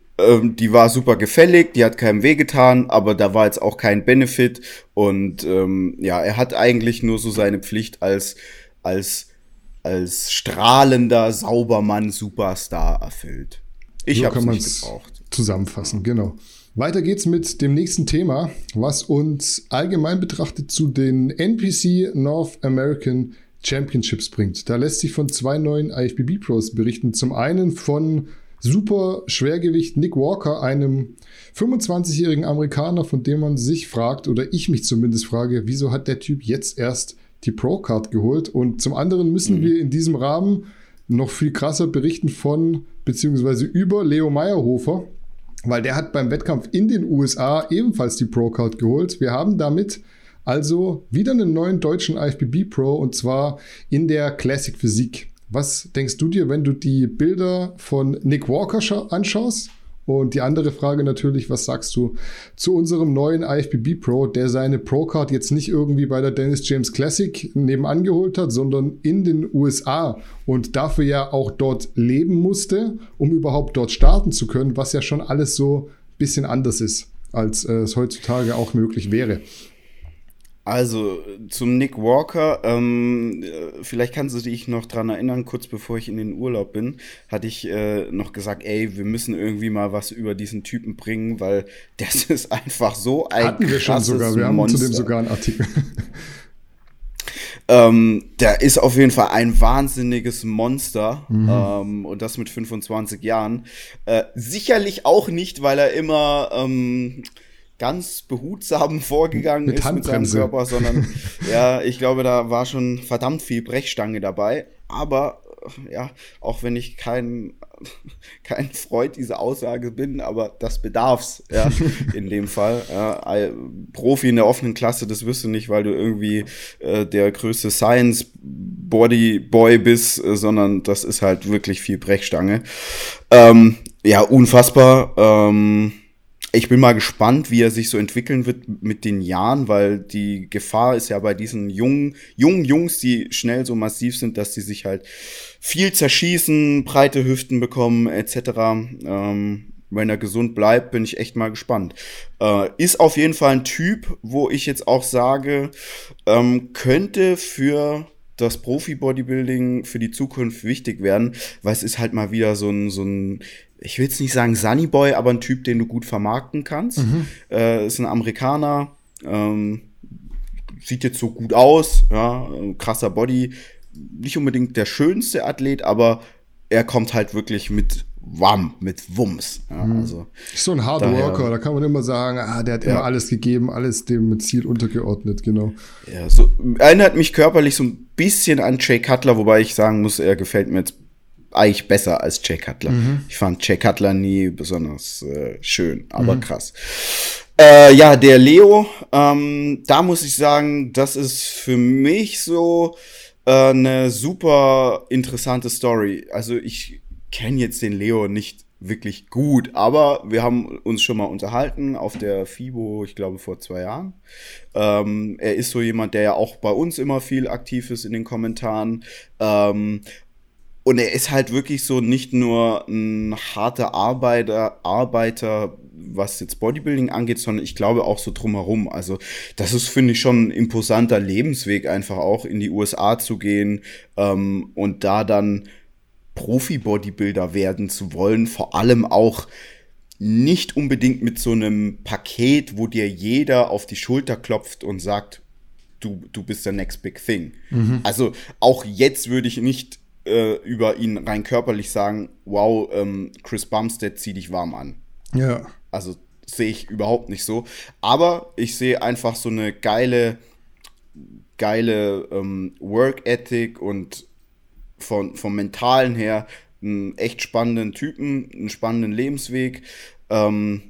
die war super gefällig, die hat keinem wehgetan, aber da war jetzt auch kein Benefit und er hat eigentlich nur so seine Pflicht als strahlender Saubermann-Superstar erfüllt. Ich habe es nicht gebraucht. Zusammenfassen, genau. Weiter geht's mit dem nächsten Thema, was uns allgemein betrachtet zu den NPC North American Championships bringt. Da lässt sich von 2 neuen IFBB Pros berichten. Zum einen von Super Schwergewicht Nick Walker, einem 25-jährigen Amerikaner, von dem man sich fragt, oder ich mich zumindest frage, wieso hat der Typ jetzt erst die Pro-Card geholt? Und zum anderen müssen wir in diesem Rahmen noch viel krasser berichten von, beziehungsweise über Leo Meierhofer, weil der hat beim Wettkampf in den USA ebenfalls die Pro-Card geholt. Wir haben damit also wieder einen neuen deutschen IFBB Pro, und zwar in der Classic Physik. Was denkst du dir, wenn du die Bilder von Nick Walker anschaust? Und die andere Frage natürlich, was sagst du zu unserem neuen IFBB Pro, der seine Pro-Card jetzt nicht irgendwie bei der Dennis James Classic nebenan geholt hat, sondern in den USA und dafür ja auch dort leben musste, um überhaupt dort starten zu können, was ja schon alles so ein bisschen anders ist, als es heutzutage auch möglich wäre. Also zum Nick Walker, vielleicht kannst du dich noch dran erinnern, kurz bevor ich in den Urlaub bin, hatte ich noch gesagt, ey, wir müssen irgendwie mal was über diesen Typen bringen, weil das ist einfach so ein Hatten wir schon sogar, wir haben zu dem sogar einen Artikel. Der ist auf jeden Fall ein wahnsinniges Monster, und das mit 25 Jahren. Sicherlich auch nicht, weil er immer ganz behutsam vorgegangen ist mit seinem Körper, sondern ich glaube, da war schon verdammt viel Brechstange dabei. Aber auch wenn ich kein Freund dieser Aussage bin, aber das bedarf's in dem Fall. Profi in der offenen Klasse, das wirst du nicht, weil du irgendwie der größte Science-Body-Boy bist, sondern das ist halt wirklich viel Brechstange. Unfassbar. Ich bin mal gespannt, wie er sich so entwickeln wird mit den Jahren, weil die Gefahr ist ja bei diesen jungen Jungs, die schnell so massiv sind, dass die sich halt viel zerschießen, breite Hüften bekommen, etc. Wenn er gesund bleibt, bin ich echt mal gespannt. Ist auf jeden Fall ein Typ, wo ich jetzt auch sage, könnte für das Profi-Bodybuilding für die Zukunft wichtig werden, weil es ist halt mal wieder so ein ich will jetzt nicht sagen Sunnyboy, aber ein Typ, den du gut vermarkten kannst. Ist ein Amerikaner, sieht jetzt so gut aus, ja, krasser Body, nicht unbedingt der schönste Athlet, aber er kommt halt wirklich mit Wumms. Ja, also ist so ein Hard Worker, da kann man immer sagen, der hat immer alles gegeben, alles dem Ziel untergeordnet, genau. Ja, so erinnert mich körperlich so ein bisschen an Jay Cutler, wobei ich sagen muss, er gefällt mir jetzt eigentlich besser als Jay Cutler. Ich fand Jay Cutler nie besonders schön, aber krass. Der Leo, da muss ich sagen, das ist für mich so eine super interessante Story. Also ich kenne jetzt den Leo nicht wirklich gut, aber wir haben uns schon mal unterhalten auf der FIBO, ich glaube vor 2 Jahren. Er ist so jemand, der ja auch bei uns immer viel aktiv ist in den Kommentaren. Und er ist halt wirklich so nicht nur ein harter Arbeiter, was jetzt Bodybuilding angeht, sondern ich glaube auch so drumherum. Also das ist, finde ich, schon ein imposanter Lebensweg, einfach auch in die USA zu gehen und da dann Profi-Bodybuilder werden zu wollen, vor allem auch nicht unbedingt mit so einem Paket, wo dir jeder auf die Schulter klopft und sagt, du bist der next big thing. Also auch jetzt würde ich nicht über ihn rein körperlich sagen, wow, Chris Bumstead, zieh dich warm an. Ja. Also sehe ich überhaupt nicht so. Aber ich sehe einfach so eine geile Work-Ethic und vom Mentalen her einen echt spannenden Typen, einen spannenden Lebensweg. Also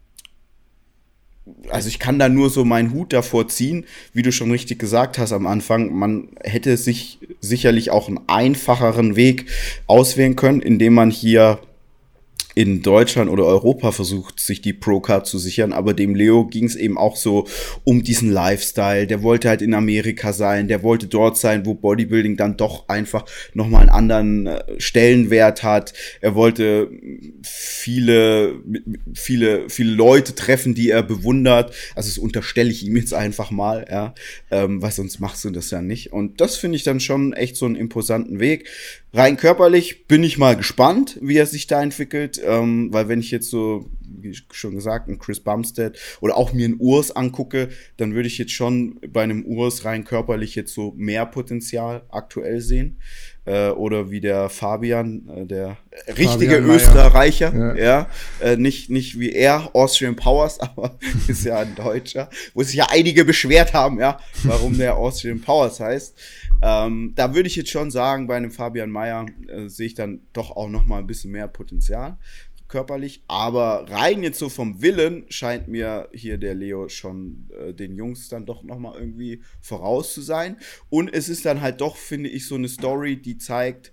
ich kann da nur so meinen Hut davor ziehen, wie du schon richtig gesagt hast am Anfang. Man hätte sich sicherlich auch einen einfacheren Weg auswählen können, indem man hier in Deutschland oder Europa versucht, sich die Pro-Card zu sichern, aber dem Leo ging es eben auch so um diesen Lifestyle. Der wollte halt in Amerika sein, der wollte dort sein, wo Bodybuilding dann doch einfach nochmal einen anderen Stellenwert hat. Er wollte viele Leute treffen, die er bewundert. Also das unterstelle ich ihm jetzt einfach mal, ja, weil sonst machst du das ja nicht. Und das finde ich dann schon echt so einen imposanten Weg. Rein körperlich bin ich mal gespannt, wie er sich da entwickelt, weil wenn ich jetzt so, wie schon gesagt, einen Chris Bumstead oder auch mir einen Urs angucke, dann würde ich jetzt schon bei einem Urs rein körperlich jetzt so mehr Potenzial aktuell sehen. Oder wie der Fabian, der richtige Fabian Österreicher, ja. Nicht wie er, Austrian Powers, aber ist ja ein Deutscher, wo sich ja einige beschwert haben, ja, warum der Austrian Powers heißt. Da würde ich jetzt schon sagen, bei einem Fabian Mayer sehe ich dann doch auch noch mal ein bisschen mehr Potenzial körperlich, aber rein jetzt so vom Willen scheint mir hier der Leo schon den Jungs dann doch noch mal irgendwie voraus zu sein. Und es ist dann halt doch, finde ich, so eine Story, die zeigt,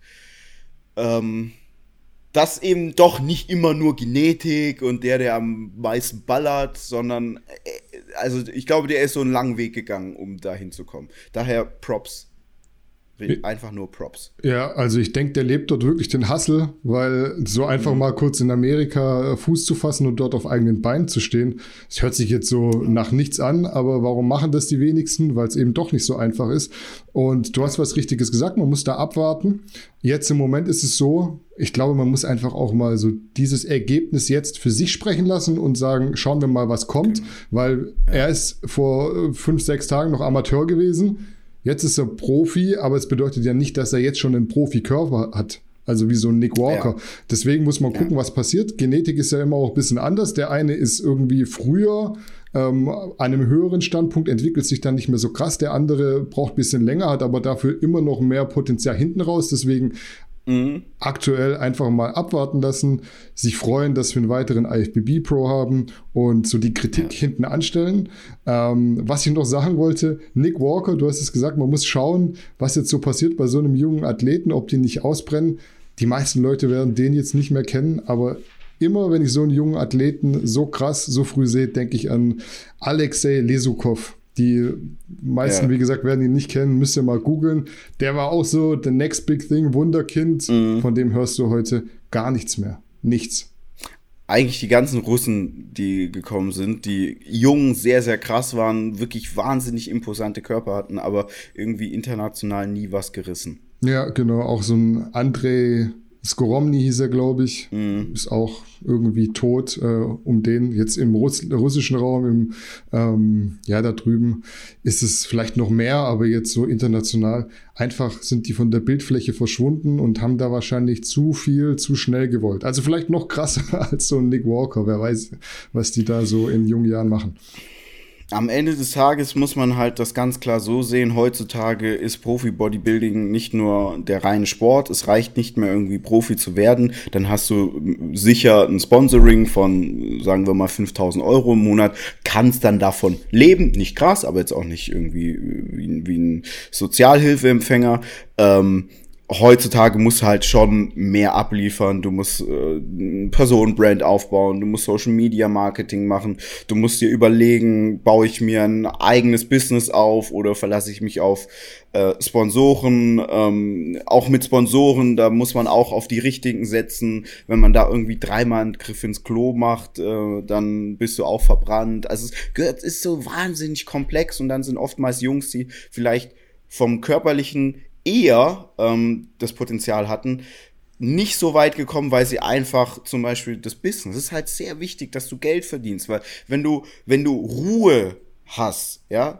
dass eben doch nicht immer nur Genetik und der am meisten ballert, sondern also ich glaube, der ist so einen langen Weg gegangen, um da hinzukommen. Daher Props. Einfach nur Props. Ja, also ich denke, der lebt dort wirklich den Hustle, weil so einfach mal kurz in Amerika Fuß zu fassen und dort auf eigenen Beinen zu stehen, das hört sich jetzt so nach nichts an, aber warum machen das die wenigsten? Weil es eben doch nicht so einfach ist. Und du hast was Richtiges gesagt, man muss da abwarten. Jetzt im Moment ist es so, ich glaube, man muss einfach auch mal so dieses Ergebnis jetzt für sich sprechen lassen und sagen, schauen wir mal, was kommt, weil er ist vor 5-6 Tagen noch Amateur gewesen. Jetzt ist er Profi, aber es bedeutet ja nicht, dass er jetzt schon einen Profi-Körper hat. Also wie so ein Nick Walker. Ja. Deswegen muss man gucken, was passiert. Genetik ist ja immer auch ein bisschen anders. Der eine ist irgendwie früher an einem höheren Standpunkt, entwickelt sich dann nicht mehr so krass. Der andere braucht ein bisschen länger, hat aber dafür immer noch mehr Potenzial hinten raus. Deswegen aktuell einfach mal abwarten lassen, sich freuen, dass wir einen weiteren IFBB Pro haben und so die Kritik hinten anstellen. Was ich noch sagen wollte, Nick Walker, du hast es gesagt, man muss schauen, was jetzt so passiert bei so einem jungen Athleten, ob die nicht ausbrennen. Die meisten Leute werden den jetzt nicht mehr kennen, aber immer, wenn ich so einen jungen Athleten so krass, so früh sehe, denke ich an Alexei Lesukov. Die meisten, wie gesagt, werden ihn nicht kennen, müsst ihr mal googeln. Der war auch so the next big thing, Wunderkind. Von dem hörst du heute gar nichts mehr. Nichts. eigentlich die ganzen Russen, die gekommen sind, die jung sehr, sehr krass waren, wirklich wahnsinnig imposante Körper hatten, aber irgendwie international nie was gerissen. Ja, genau, auch so ein Andrei Skoromny hieß er, glaube ich, ist auch irgendwie tot, um den jetzt im russischen Raum, da drüben ist es vielleicht noch mehr, aber jetzt so international, einfach sind die von der Bildfläche verschwunden und haben da wahrscheinlich zu viel, zu schnell gewollt. Also vielleicht noch krasser als so ein Nick Walker, wer weiß, was die da so in jungen Jahren machen. Am Ende des Tages muss man halt das ganz klar so sehen, heutzutage ist Profi-Bodybuilding nicht nur der reine Sport, es reicht nicht mehr irgendwie Profi zu werden, dann hast du sicher ein Sponsoring von, sagen wir mal, 5.000 Euro im Monat, kannst dann davon leben, nicht krass, aber jetzt auch nicht irgendwie wie ein Sozialhilfeempfänger, heutzutage musst du halt schon mehr abliefern, du musst ein Personenbrand aufbauen, du musst Social Media Marketing machen, du musst dir überlegen, baue ich mir ein eigenes Business auf oder verlasse ich mich auf Sponsoren, auch mit Sponsoren, da muss man auch auf die richtigen setzen, wenn man da irgendwie dreimal einen Griff ins Klo macht, dann bist du auch verbrannt, also es ist so wahnsinnig komplex und dann sind oftmals Jungs, die vielleicht vom körperlichen eher das Potenzial hatten, nicht so weit gekommen, weil sie einfach zum Beispiel das Business, es ist halt sehr wichtig, dass du Geld verdienst, weil wenn du Ruhe hast, ja,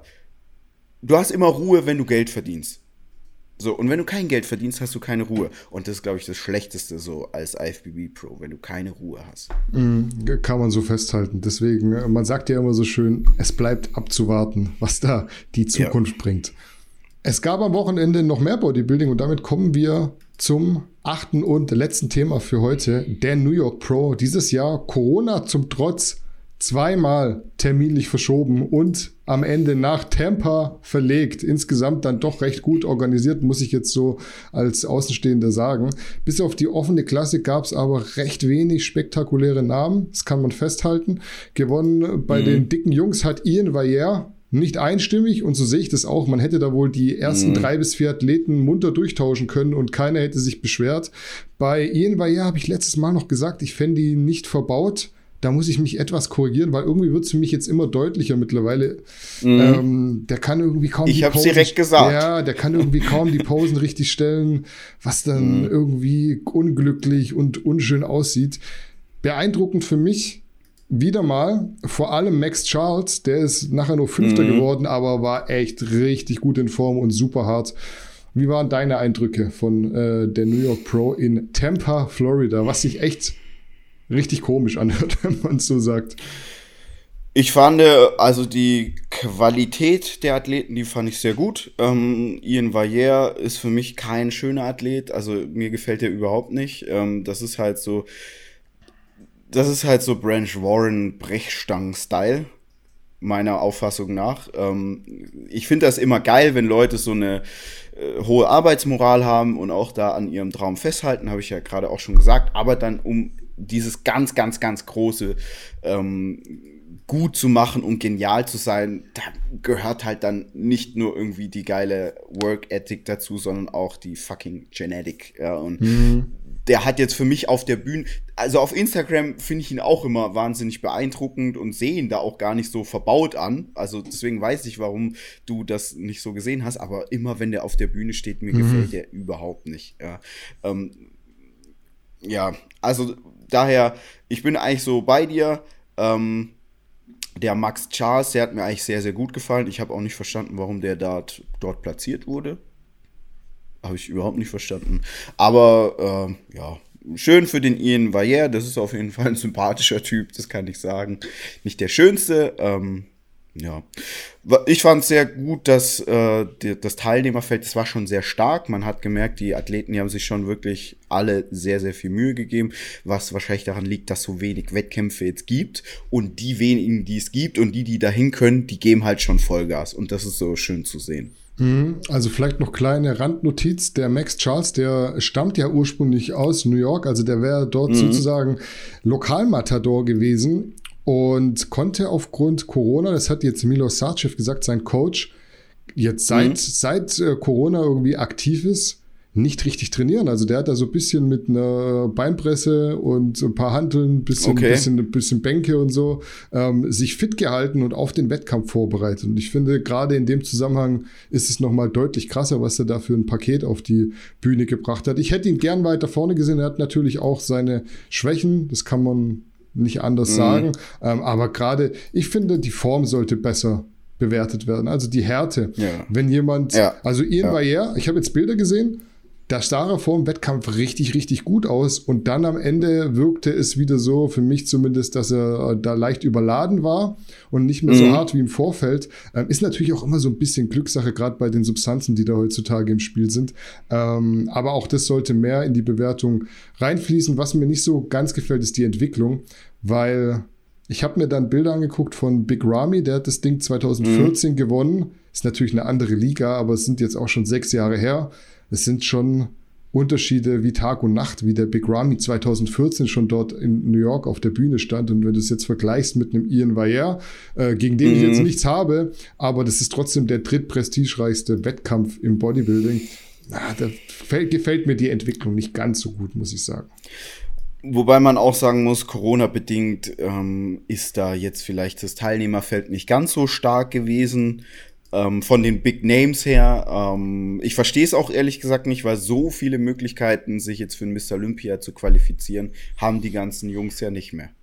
du hast immer Ruhe, wenn du Geld verdienst. So, und wenn du kein Geld verdienst, hast du keine Ruhe. Und das ist, glaube ich, das Schlechteste so als IFBB Pro, wenn du keine Ruhe hast. Kann man so festhalten. Deswegen, man sagt ja immer so schön, es bleibt abzuwarten, was da die Zukunft bringt. Es gab am Wochenende noch mehr Bodybuilding und damit kommen wir zum 8. und letzten Thema für heute, der New York Pro. Dieses Jahr Corona zum Trotz zweimal terminlich verschoben und am Ende nach Tampa verlegt. Insgesamt dann doch recht gut organisiert, muss ich jetzt so als Außenstehender sagen. Bis auf die offene Klasse gab es aber recht wenig spektakuläre Namen. Das kann man festhalten. Gewonnen bei den dicken Jungs hat Ian Valliere. Nicht einstimmig und so sehe ich das auch. Man hätte da wohl die ersten 3 bis 4 Athleten munter durchtauschen können und keiner hätte sich beschwert. Bei Ian Valliere habe ich letztes Mal noch gesagt, ich fände ihn nicht verbaut. Da muss ich mich etwas korrigieren, weil irgendwie wird es für mich jetzt immer deutlicher mittlerweile. Der kann irgendwie kaum die Posen... Ich habe es direkt gesagt. Ja, der kann irgendwie kaum die Posen richtig stellen, was dann irgendwie unglücklich und unschön aussieht. Beeindruckend für mich wieder mal, vor allem Max Charles, der ist nachher nur 5. geworden, aber war echt richtig gut in Form und super hart. Wie waren deine Eindrücke von der New York Pro in Tampa, Florida, was sich echt richtig komisch anhört, wenn man es so sagt? Ich fand, also die Qualität der Athleten, die fand ich sehr gut. Ian Valliere ist für mich kein schöner Athlet, also mir gefällt der überhaupt nicht. Das ist halt so Branch Warren Brechstangen-Style, meiner Auffassung nach. Ich finde das immer geil, wenn Leute so eine hohe Arbeitsmoral haben und auch da an ihrem Traum festhalten, habe ich ja gerade auch schon gesagt, aber dann um dieses ganz, ganz, ganz große gut zu machen und genial zu sein, da gehört halt dann nicht nur irgendwie die geile Work-Ethic dazu, sondern auch die fucking Genetic. Ja, und der hat jetzt für mich auf der Bühne, also auf Instagram finde ich ihn auch immer wahnsinnig beeindruckend und sehe ihn da auch gar nicht so verbaut an. Also deswegen weiß ich, warum du das nicht so gesehen hast, aber immer wenn der auf der Bühne steht, mir gefällt der überhaupt nicht. Ja, also daher, ich bin eigentlich so bei dir. Der Max Charles, der hat mir eigentlich sehr, sehr gut gefallen. Ich habe auch nicht verstanden, warum der dort platziert wurde. Habe ich überhaupt nicht verstanden. Aber ja, schön für den Ian Valliere. Das ist auf jeden Fall ein sympathischer Typ, das kann ich sagen. Nicht der schönste. Ja, ich fand es sehr gut, dass das Teilnehmerfeld, das war schon sehr stark. Man hat gemerkt, die Athleten, die haben sich schon wirklich alle sehr, sehr viel Mühe gegeben, was wahrscheinlich daran liegt, dass so wenig Wettkämpfe jetzt gibt. Und die wenigen, die es gibt und die dahin können, die geben halt schon Vollgas. Und das ist so schön zu sehen. Also vielleicht noch kleine Randnotiz, der Max Charles, der stammt ja ursprünglich aus New York, also der wäre dort sozusagen Lokalmatador gewesen und konnte aufgrund Corona, das hat jetzt Milos Sarcev gesagt, sein Coach, jetzt seit Corona irgendwie aktiv ist, nicht richtig trainieren. Also der hat da so ein bisschen mit einer Beinpresse und ein paar Hanteln, bisschen Bänke und so, sich fit gehalten und auf den Wettkampf vorbereitet. Und ich finde, gerade in dem Zusammenhang ist es nochmal deutlich krasser, was er da für ein Paket auf die Bühne gebracht hat. Ich hätte ihn gern weiter vorne gesehen. Er hat natürlich auch seine Schwächen, das kann man nicht anders sagen. Aber gerade, ich finde, die Form sollte besser bewertet werden. Also die Härte. Ja. Wenn jemand, also Ian Valliere, ich habe jetzt Bilder gesehen, da sah er vor dem Wettkampf richtig, richtig gut aus und dann am Ende wirkte es wieder so, für mich zumindest, dass er da leicht überladen war und nicht mehr so hart wie im Vorfeld. Ist natürlich auch immer so ein bisschen Glückssache, gerade bei den Substanzen, die da heutzutage im Spiel sind. Aber auch das sollte mehr in die Bewertung reinfließen. Was mir nicht so ganz gefällt, ist die Entwicklung, weil ich habe mir dann Bilder angeguckt von Big Ramy, der hat das Ding 2014 gewonnen. Ist natürlich eine andere Liga, aber es sind jetzt auch schon 6 Jahre her. Es sind schon Unterschiede wie Tag und Nacht, wie der Big Ramy 2014 schon dort in New York auf der Bühne stand. Und wenn du es jetzt vergleichst mit einem Ian Valliere, gegen den ich jetzt nichts habe, aber das ist trotzdem der drittprestigereichste Wettkampf im Bodybuilding. Da gefällt mir die Entwicklung nicht ganz so gut, muss ich sagen. Wobei man auch sagen muss, Corona-bedingt ist da jetzt vielleicht das Teilnehmerfeld nicht ganz so stark gewesen. Von den Big Names her. Ich verstehe es auch ehrlich gesagt nicht, weil so viele Möglichkeiten, sich jetzt für einen Mr. Olympia zu qualifizieren, haben die ganzen Jungs ja nicht mehr.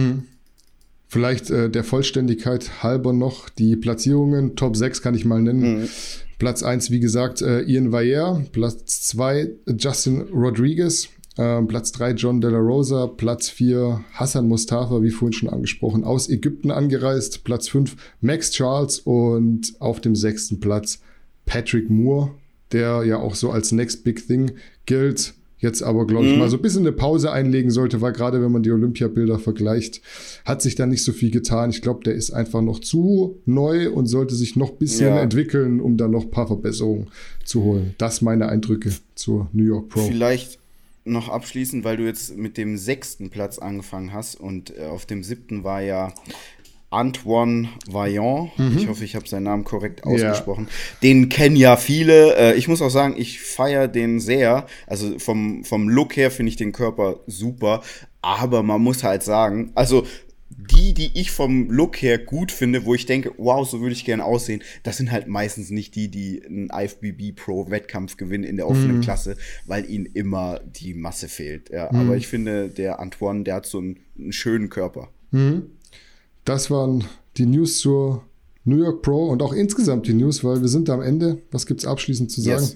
Vielleicht der Vollständigkeit halber noch die Platzierungen. Top 6 kann ich mal nennen. Platz 1, wie gesagt, Ian Valliere. Platz 2, Justin Rodriguez. Platz 3 John De La Rosa, Platz 4 Hassan Mustafa, wie vorhin schon angesprochen, aus Ägypten angereist, Platz 5 Max Charles und auf dem 6. Platz Patrick Moore, der ja auch so als Next Big Thing gilt, jetzt aber, glaube ich, mal so ein bisschen eine Pause einlegen sollte, weil gerade wenn man die Olympiabilder vergleicht, hat sich da nicht so viel getan. Ich glaube, der ist einfach noch zu neu und sollte sich noch ein bisschen entwickeln, um da noch ein paar Verbesserungen zu holen. Das meine Eindrücke zur New York Pro. Vielleicht noch abschließend, weil du jetzt mit dem 6. Platz angefangen hast und auf dem 7. war ja Antoine Vaillant. Ich hoffe, ich habe seinen Namen korrekt ausgesprochen. Den kennen ja viele. Ich muss auch sagen, ich feiere den sehr. Also vom Look her finde ich den Körper super. Aber man muss halt sagen, also die ich vom Look her gut finde, wo ich denke, wow, so würde ich gerne aussehen, das sind halt meistens nicht die einen IFBB Pro Wettkampf gewinnen in der offenen Klasse, weil ihnen immer die Masse fehlt. Ja, aber ich finde, der Antoine, der hat so einen schönen Körper. Das waren die News zur New York Pro und auch insgesamt die News, weil wir sind da am Ende. Was gibt's abschließend zu sagen?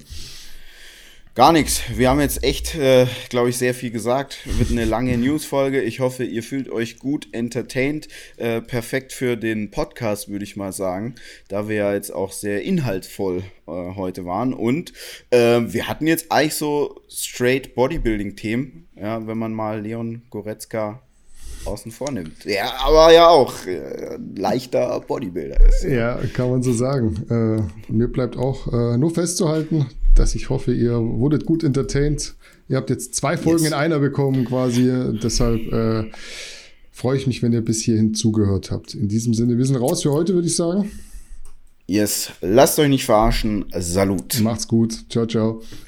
Gar nichts. Wir haben jetzt echt, glaube ich, sehr viel gesagt. Wird eine lange News-Folge. Ich hoffe, ihr fühlt euch gut entertained. Perfekt für den Podcast, würde ich mal sagen, da wir ja jetzt auch sehr inhaltsvoll heute waren. Und wir hatten jetzt eigentlich so straight Bodybuilding-Themen, ja, wenn man mal Leon Goretzka außen vor nimmt. Ja, aber ja auch leichter Bodybuilder ist. Ja, kann man so sagen. Mir bleibt auch nur festzuhalten, dass ich hoffe, ihr wurdet gut entertained. Ihr habt jetzt 2 Folgen in einer bekommen quasi. Deshalb freue ich mich, wenn ihr bis hierhin zugehört habt. In diesem Sinne, wir sind raus für heute, würde ich sagen. Yes, lasst euch nicht verarschen. Salut. Macht's gut. Ciao, ciao.